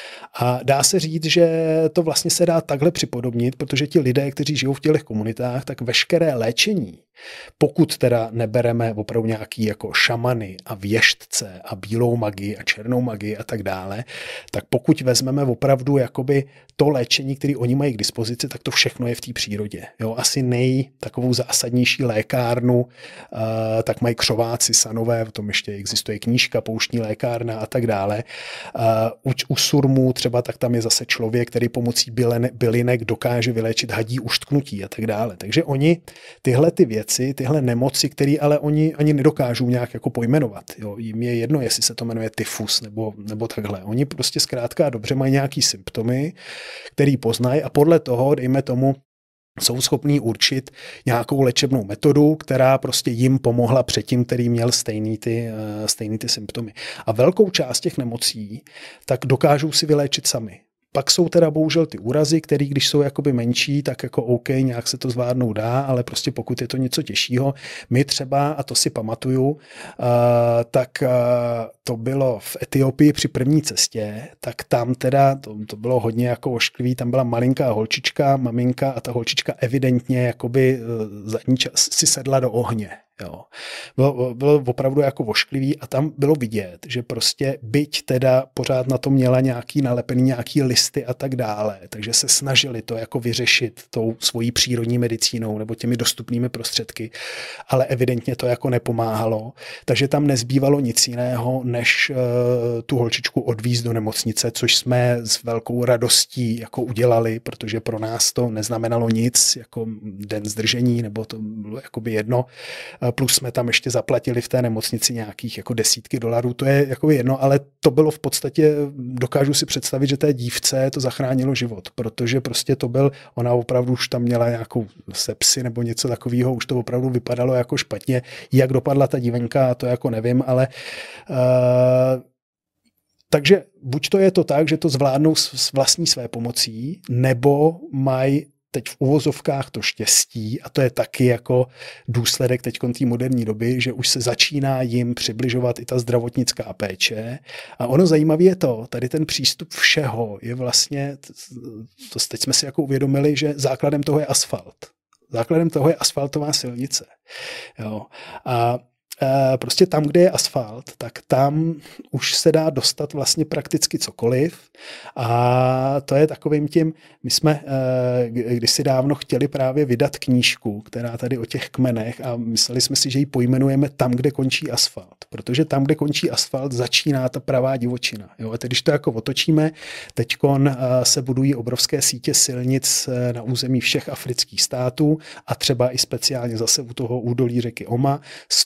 A dá se říct, že to vlastně se dá takhle připodobnit, protože ti lidé, kteří žijou v těch komunitách, tak veškeré léčení, pokud teda nebereme opravdu nějaký jako šamany a věštce a bílou magii a černou magii a tak dále, tak pokud vezmeme opravdu jakoby to léčení, které oni mají k dispozici, tak to všechno je v té přírodě. Jo, asi nej takovou zásadnější lékárnu, uh, tak mají křováci sanové, o tom ještě existuje knížka, pouštní lékárna a tak dále. Uh, u, u surmů třeba tak tam je zase člověk, který pomocí bylene, bylinek dokáže vyléčit hadí uštknutí a tak dále. Takže oni tyhle ty věci, tyhle nemoci, které ale oni ani nedokážou nějak jako pojmenovat. Jo. Jim je jedno, jestli se to jmenuje tyfus nebo, nebo takhle. Oni prostě zkrátka dobře mají nějaký symptomy, který poznají a podle toho, dejme tomu, jsou schopní určit nějakou léčebnou metodu, která prostě jim pomohla předtím, který měl stejný ty, stejný ty symptomy. A velkou část těch nemocí tak dokážou si vyléčit sami. Pak jsou teda bohužel ty úrazy, které když jsou jakoby menší, tak jako OK, nějak se to zvládnout dá, ale prostě pokud je to něco těžšího, my třeba, a to si pamatuju, uh, tak uh, to bylo v Etiopii při první cestě, tak tam teda, to, to bylo hodně jako ošklivý, tam byla malinká holčička, maminka a ta holčička evidentně jakoby uh, za ní čas si sedla do ohně. Jo. Bylo, bylo opravdu jako vošklivý a tam bylo vidět, že prostě byť teda pořád na to měla nějaký nalepený, nějaký listy a tak dále, takže se snažili to jako vyřešit tou svojí přírodní medicínou nebo těmi dostupnými prostředky, ale evidentně to jako nepomáhalo, takže tam nezbývalo nic jiného, než uh, tu holčičku odvízt do nemocnice, což jsme s velkou radostí jako udělali, protože pro nás to neznamenalo nic, jako den zdržení, nebo to bylo jakoby jedno, plus jsme tam ještě zaplatili v té nemocnici nějakých jako desítky dolarů, to je jako jedno, ale to bylo v podstatě, dokážu si představit, že té dívce to zachránilo život, protože prostě to byl, ona opravdu už tam měla nějakou sepsi nebo něco takového, už to opravdu vypadalo jako špatně, jak dopadla ta dívenka, to jako nevím, ale uh, takže buď to je to tak, že to zvládnou s vlastní své pomocí, nebo mají teď v uvozovkách to štěstí a to je taky jako důsledek teď té moderní doby, že už se začíná jim přibližovat i ta zdravotnická péče a ono zajímavé je to, tady ten přístup všeho je vlastně, to teď jsme si jako uvědomili, že základem toho je asfalt. Základem toho je asfaltová silnice. Jo. A prostě tam, kde je asfalt, tak tam už se dá dostat vlastně prakticky cokoliv a to je takovým tím, my jsme kdysi dávno chtěli právě vydat knížku, která tady o těch kmenech a mysleli jsme si, že ji pojmenujeme Tam, kde končí asfalt, protože tam, kde končí asfalt, začíná ta pravá divočina. Jo? A teď, když to jako otočíme, teďkon se budují obrovské sítě silnic na území všech afrických států a třeba i speciálně zase u toho údolí řeky Oma s tou silnicí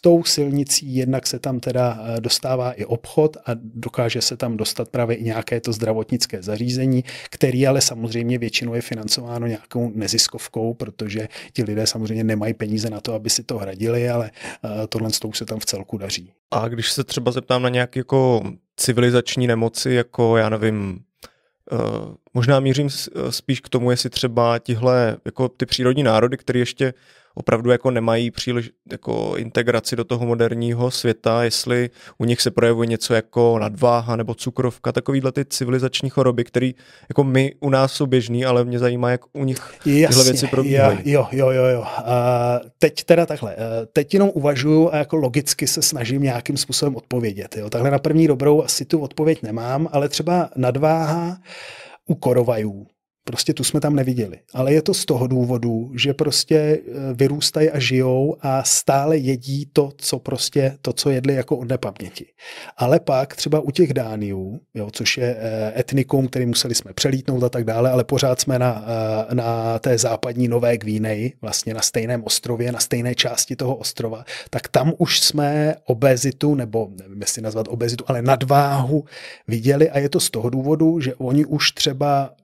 silnicí, jednak se tam teda dostává i obchod a dokáže se tam dostat právě i nějaké to zdravotnické zařízení, který ale samozřejmě většinou je financováno nějakou neziskovkou, protože ti lidé samozřejmě nemají peníze na to, aby si to hradili, ale tohle s tou se tam v celku daří. A když se třeba zeptám na nějaké jako civilizační nemoci, jako já nevím, Uh, možná mířím spíš k tomu, jestli třeba tihle jako ty přírodní národy, které ještě opravdu jako nemají příliš jako integraci do toho moderního světa, jestli u nich se projevuje něco jako nadváha nebo cukrovka, takovýhle ty civilizační choroby, které jako my u nás jsou běžný, ale mě zajímá, jak u nich Jasně, tyhle věci probíhají. Jo, jo, jo, jo. Uh, teď teda takhle, uh, teď jenom uvažuju a jako logicky se snažím nějakým způsobem odpovědět. Jo. Takhle na první dobrou asi tu odpověď nemám, ale třeba nadváha u korovajů. Prostě tu jsme tam neviděli. Ale je to z toho důvodu, že prostě vyrůstají a žijou a stále jedí to, co prostě, to, co jedli jako od nepaměti. Ale pak třeba u těch Dániů, jo, což je etnikum, který museli jsme přelítnout a tak dále, ale pořád jsme na, na té západní Nové Gvineji, vlastně na stejném ostrově, na stejné části toho ostrova, tak tam už jsme obezitu, nebo nevím, jestli nazvat obezitu, ale nadváhu viděli a je to z toho důvodu, že oni už třeba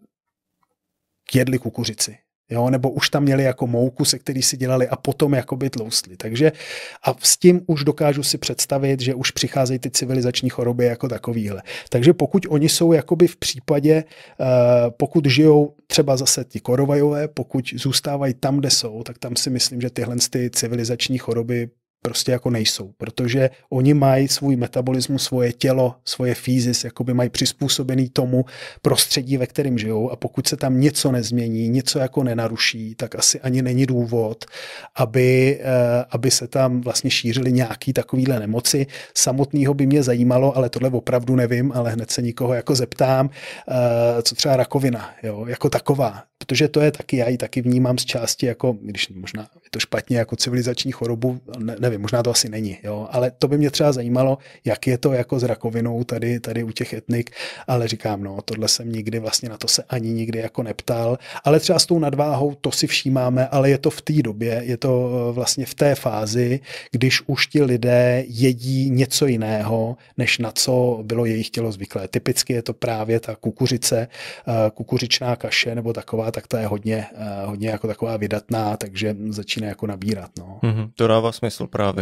jedli kukuřici, jo, nebo už tam měli jako mouku, se který si dělali a potom jakoby tloustli. Takže a s tím už dokážu si představit, že už přicházejí ty civilizační choroby jako takovýhle. Takže pokud oni jsou jakoby v případě, pokud žijou třeba zase ti korovajové, pokud zůstávají tam, kde jsou, tak tam si myslím, že tyhle ty civilizační choroby prostě jako nejsou, protože oni mají svůj metabolismus, svoje tělo, svoje fízis, jakoby mají přizpůsobený tomu prostředí, ve kterém žijou a pokud se tam něco nezmění, něco jako nenaruší, tak asi ani není důvod, aby, aby se tam vlastně šířily nějaký takovýhle nemoci. Samotného by mě zajímalo, ale tohle opravdu nevím, ale hned se nikoho jako zeptám, co třeba rakovina, jo, jako taková. Protože to je taky, já ji taky vnímám z části jako, když možná je to špatně, jako civilizační chorobu, ne, nevím, možná to asi není, jo, ale to by mě třeba zajímalo, jak je to jako s rakovinou tady, tady u těch etnik, ale říkám, no, tohle jsem nikdy, vlastně na to se ani nikdy jako neptal, ale třeba s tou nadváhou to si všímáme, ale je to v té době, je to vlastně v té fázi, když už ti lidé jedí něco jiného, než na co bylo jejich tělo zvyklé. Typicky je to právě ta kukuřice, kukuřičná kaše nebo taková, tak ta je hodně, hodně jako taková vydatná, takže začíná jako nabírat. No. Mm-hmm, to dává smysl právě.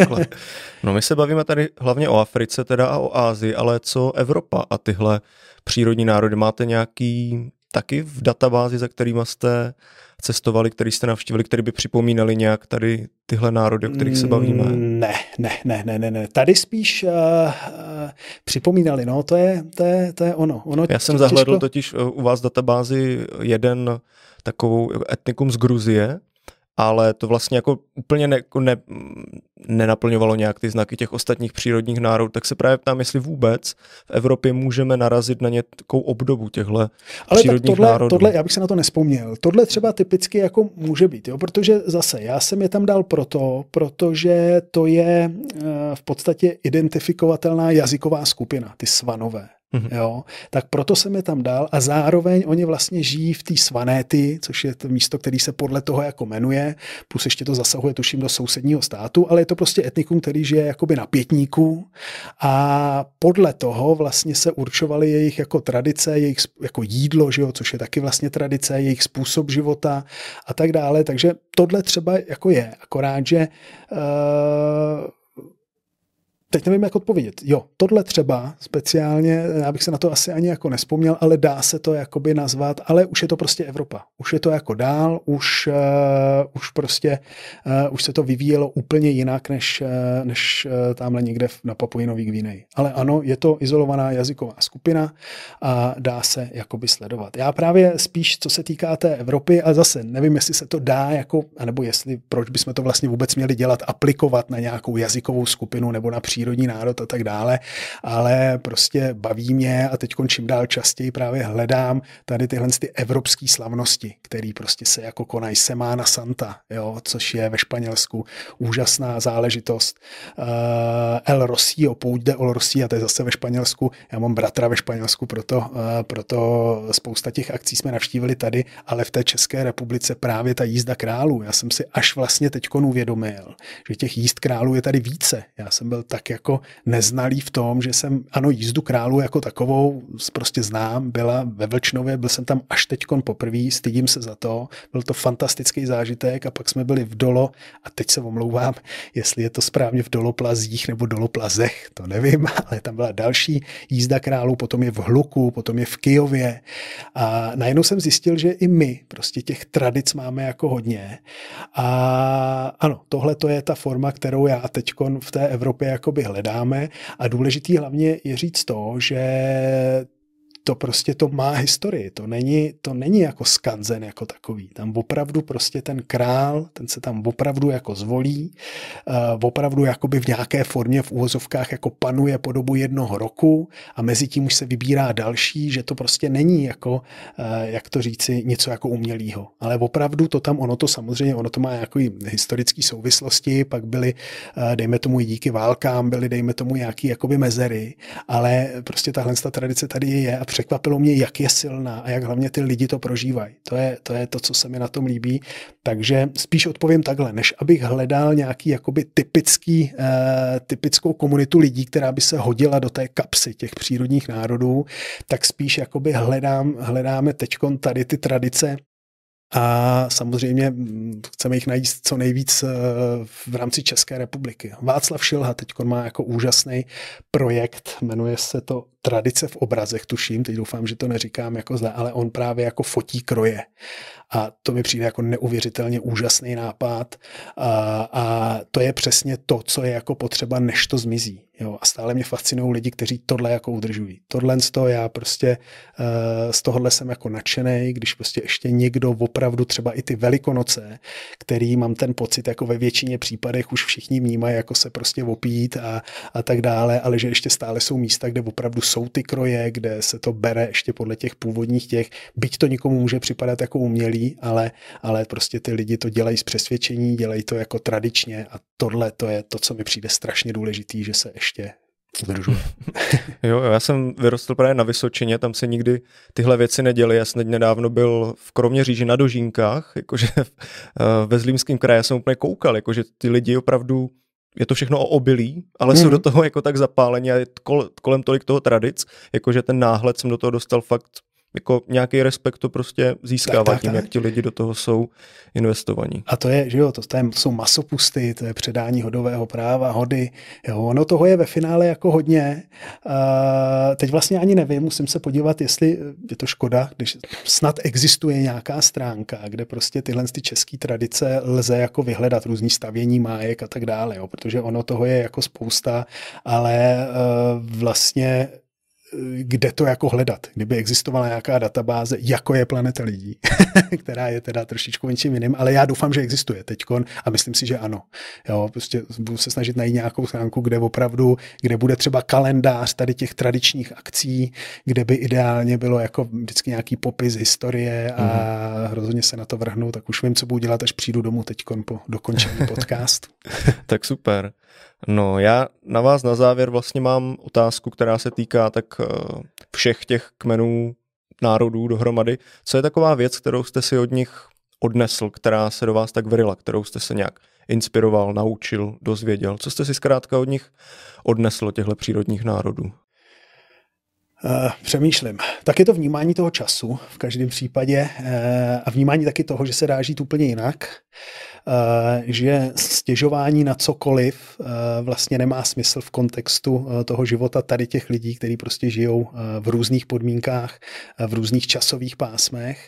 No my se bavíme tady hlavně o Africe teda a o Asii, ale co Evropa a tyhle přírodní národy? Máte nějaký taky v databázi, za kterými jste cestovali, který jste navštívili, který by připomínali nějak tady tyhle národy, o kterých se bavíme? Ne, ne, ne, ne, ne, ne. Tady spíš uh, uh, připomínali, no, to je, to je, to je ono. ono. Já jsem zahledl totiž u vás v databázi jeden takovou etnikum z Gruzie, ale to vlastně jako úplně ne, ne, nenaplňovalo nějak ty znaky těch ostatních přírodních národů, tak se právě ptám, jestli vůbec v Evropě můžeme narazit na nějakou obdobu těchto přírodních tohle, národů. Tohle, já bych se na to nespomněl. Tohle třeba typicky jako může být, jo? Protože zase já jsem je tam dal proto, protože to je v podstatě identifikovatelná jazyková skupina, ty Svanové. Mm-hmm. Jo, tak proto jsem je tam dal a zároveň oni vlastně žijí v té Svanéty, což je to místo, který se podle toho jako jmenuje, plus ještě to zasahuje tuším do sousedního státu, ale je to prostě etnikum, který žije jakoby na Pětníku a podle toho vlastně se určovaly jejich jako tradice, jejich jako jídlo, že jo, což je taky vlastně tradice, jejich způsob života a tak dále, takže tohle třeba jako je, akorát, že uh, teď nevím, jak odpovědět. Jo, tohle třeba speciálně, já bych se na to asi ani jako nespomněl, ale dá se to jakoby nazvat, ale už je to prostě Evropa. Už je to jako dál, už, uh, už prostě, uh, už se to vyvíjelo úplně jinak, než, uh, než uh, tamhle někde na Papui Nový Gvineji. Ale ano, je to izolovaná jazyková skupina a dá se jakoby sledovat. Já právě spíš, co se týká té Evropy, a zase nevím, jestli se to dá jako, anebo jestli, proč bychom to vlastně vůbec měli dělat, aplikovat na nějakou jazykovou skupinu nebo na přírodní přírodní národ a tak dále, ale prostě baví mě a teď čím dál častěji právě hledám tady tyhle ty evropské slavnosti, který prostě se jako konají Semana Santa, jo, což je ve Španělsku úžasná záležitost. Uh, El Rocío, pouť de El Rocío, to je zase ve Španělsku, já mám bratra ve Španělsku, proto, uh, proto spousta těch akcí jsme navštívili tady, ale v té České republice právě ta jízda králů. Já jsem si až vlastně teďkon uvědomil, že těch jízd králů je tady více. Já jsem byl tak jako neznalý v tom, že jsem, ano, jízdu králů jako takovou prostě znám, byla ve Vlčnově, byl jsem tam až teďkon poprvé, stydím se za to, byl to fantastický zážitek a pak jsme byli v Dolo a teď se omlouvám, jestli je to správně v Doloplazích nebo Doloplazech, to nevím, ale tam byla další jízda králů, potom je v Hluku, potom je v Kyjově a najednou jsem zjistil, že i my prostě těch tradic máme jako hodně a ano, tohle to je ta forma, kterou já teďkon v té Evropě jakoby hledáme a důležitý hlavně je říct to, že to prostě to má historii, to není, to není jako skanzen jako takový. Tam opravdu prostě ten král, ten se tam opravdu jako zvolí, uh, opravdu jakoby v nějaké formě v uvozovkách jako panuje po dobu jednoho roku a mezi tím už se vybírá další, že to prostě není jako, uh, jak to říci, něco jako umělýho. Ale opravdu to tam, ono to samozřejmě, ono to má jako historické souvislosti, pak byly, uh, dejme tomu i díky válkám, byly, dejme tomu nějaký jakoby mezery, ale prostě tahle tradice tady je a překvapilo mě, jak je silná a jak hlavně ty lidi to prožívají. To je, to je to, co se mi na tom líbí. Takže spíš odpovím takhle, než abych hledal nějaký jakoby typický, eh, typickou komunitu lidí, která by se hodila do té kapsy těch přírodních národů, tak spíš jakoby hledám, hledáme teďkon tady ty tradice a samozřejmě chceme jich najít co nejvíc v rámci České republiky. Václav Šilha teď má jako úžasný projekt, jmenuje se to Tradice v obrazech, tuším, teď doufám, že to neříkám jako zle, ale on právě jako fotí kroje. A to mi přijde jako neuvěřitelně úžasný nápad a, a to je přesně to, co je jako potřeba, než to zmizí. Jo? A stále mě fascinují lidi, kteří tohle jako udržují. Tohle z toho já prostě uh, z tohohle jsem jako nadšenej, když prostě ještě někdo opravdu třeba i ty Velikonoce, který mám ten pocit jako ve většině případech už všichni vnímají jako se prostě opít a, a tak dále, ale že ještě stále jsou místa, kde opravdu jsou ty kroje, kde se to bere ještě podle těch původních těch, byť to nikomu může připadat jako umělý, ale, ale prostě ty lidi to dělají z přesvědčení, dělají to jako tradičně a tohle to je to, co mi přijde strašně důležitý, že se ještě udržuje. Jo, já jsem vyrostl právě na Vysočině, tam se nikdy tyhle věci neděly. Já jsem nedávno byl v Kroměříži na Dožínkách, jakože ve Zlínském kraji já jsem úplně koukal, jakože ty lidi opravdu, je to všechno o obilí, ale mm. jsou do toho jako tak zapálení a je kolem tolik toho tradic, jakože ten náhled jsem do toho dostal fakt jako nějaký respekt to prostě získává tak, tak, tím, tak. Jak ti lidi do toho jsou investovaní. A to je, že jo, to, to jsou masopusty, to je předání hodového práva, hody, jo, ono toho je ve finále jako hodně. Uh, teď vlastně ani nevím, musím se podívat, jestli je to škoda, když snad existuje nějaká stránka, kde prostě tyhle ty české tradice lze jako vyhledat, různý stavění májek a tak dále, jo, protože ono toho je jako spousta, ale uh, vlastně kde to jako hledat, kdyby existovala nějaká databáze, jako je Planeta lidí, která je teda trošičku něčím jiným, ale já doufám, že existuje teďkon a myslím si, že ano. Jo, prostě budu se snažit najít nějakou stránku, kde opravdu, kde bude třeba kalendář tady těch tradičních akcí, kde by ideálně bylo jako vždycky nějaký popis historie a mm. rozhodně se na to vrhnu, tak už vím, co budu dělat, až přijdu domů teďkon po dokončení podcastu. Tak super. No, já na vás na závěr vlastně mám otázku, která se týká tak všech těch kmenů národů dohromady. Co je taková věc, kterou jste si od nich odnesl, která se do vás tak vrila, kterou jste se nějak inspiroval, naučil, dozvěděl? Co jste si zkrátka od nich odnesl, od těchto přírodních národů? Uh, přemýšlím. Tak je to vnímání toho času v každém případě uh, a vnímání taky toho, že se dá žít úplně jinak, uh, že stěžování na cokoliv uh, vlastně nemá smysl v kontextu uh, toho života tady těch lidí, kteří prostě žijou uh, v různých podmínkách, uh, v různých časových pásmech.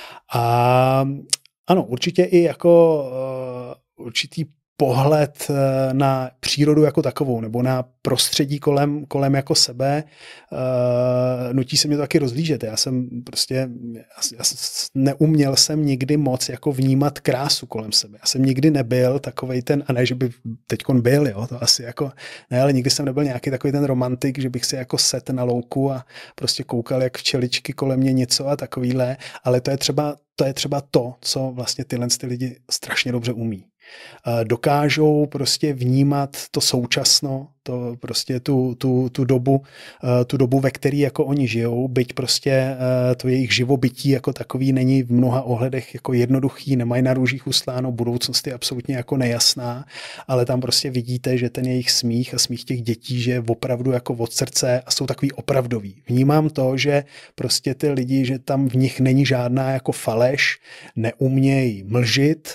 A ano, určitě i jako uh, určitý pohled na přírodu jako takovou nebo na prostředí kolem, kolem jako sebe nutí se mě to taky rozlížet. Já jsem prostě, já, já neuměl jsem nikdy moc jako vnímat krásu kolem sebe. Já jsem nikdy nebyl takovej ten, a ne, že by teďkon byl, jo, to asi jako, ne, ale nikdy jsem nebyl nějaký takový ten romantik, že bych si jako set na louku a prostě koukal jak včeličky kolem mě něco a takovýhle, ale to je třeba to, je třeba to co vlastně tyhle ty lidi strašně dobře umí. Dokážou prostě vnímat to současno, to prostě tu, tu, tu dobu, tu dobu, ve které jako oni žijou, byť prostě to jejich živobytí jako takový není v mnoha ohledech jako jednoduchý, nemají na růžích usláno, budoucnost je absolutně jako nejasná, ale tam prostě vidíte, že ten jejich smích a smích těch dětí, že je opravdu jako od srdce a jsou takový opravdoví. Vnímám to, že prostě ty lidi, že tam v nich není žádná jako faleš, neumějí mlžit,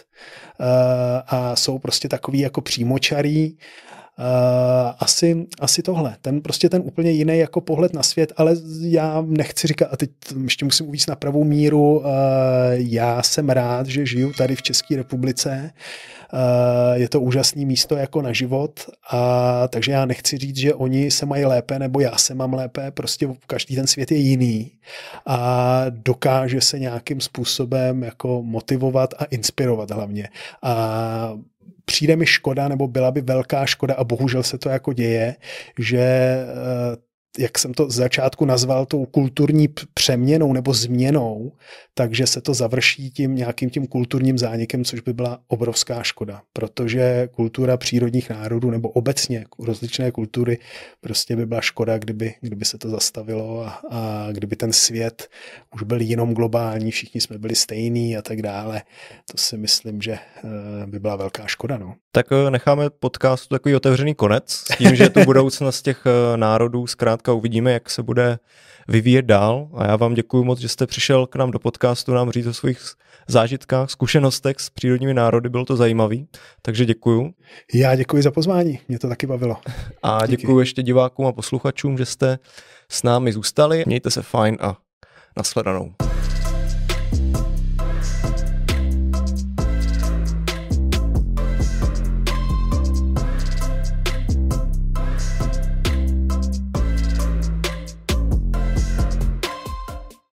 a jsou prostě takový jako přímočarý. Uh, asi, asi tohle. Ten prostě ten úplně jiný jako pohled na svět, ale já nechci říkat, a teď ještě musím uvést na pravou míru, uh, já jsem rád, že žiju tady v České republice. Uh, je to úžasné místo jako na život, a takže já nechci říct, že oni se mají lépe nebo já se mám lépe, prostě každý ten svět je jiný a dokáže se nějakým způsobem jako motivovat a inspirovat hlavně. A přijde mi škoda, nebo byla by velká škoda, a bohužel se to jako děje, že jak jsem to z začátku nazval tou kulturní přeměnou nebo změnou, takže se to završí tím nějakým tím kulturním zánikem, což by byla obrovská škoda, protože kultura přírodních národů nebo obecně rozličné kultury prostě by byla škoda, kdyby, kdyby se to zastavilo a, a kdyby ten svět už byl jenom globální, všichni jsme byli stejní a tak dále. To si myslím, že by byla velká škoda. No. Tak necháme podcastu takový otevřený konec s tím, že tu budoucnost těch národů zkrátka uvidíme, jak se bude vyvíjet dál, a já vám děkuji moc, že jste přišel k nám do podcastu nám říct o svých zážitkách, zkušenostech s přírodními národy, bylo to zajímavý, takže děkuju. Já děkuji za pozvání, mě to taky bavilo. A děkuji ještě divákům a posluchačům, že jste s námi zůstali. Mějte se fajn a nashledanou.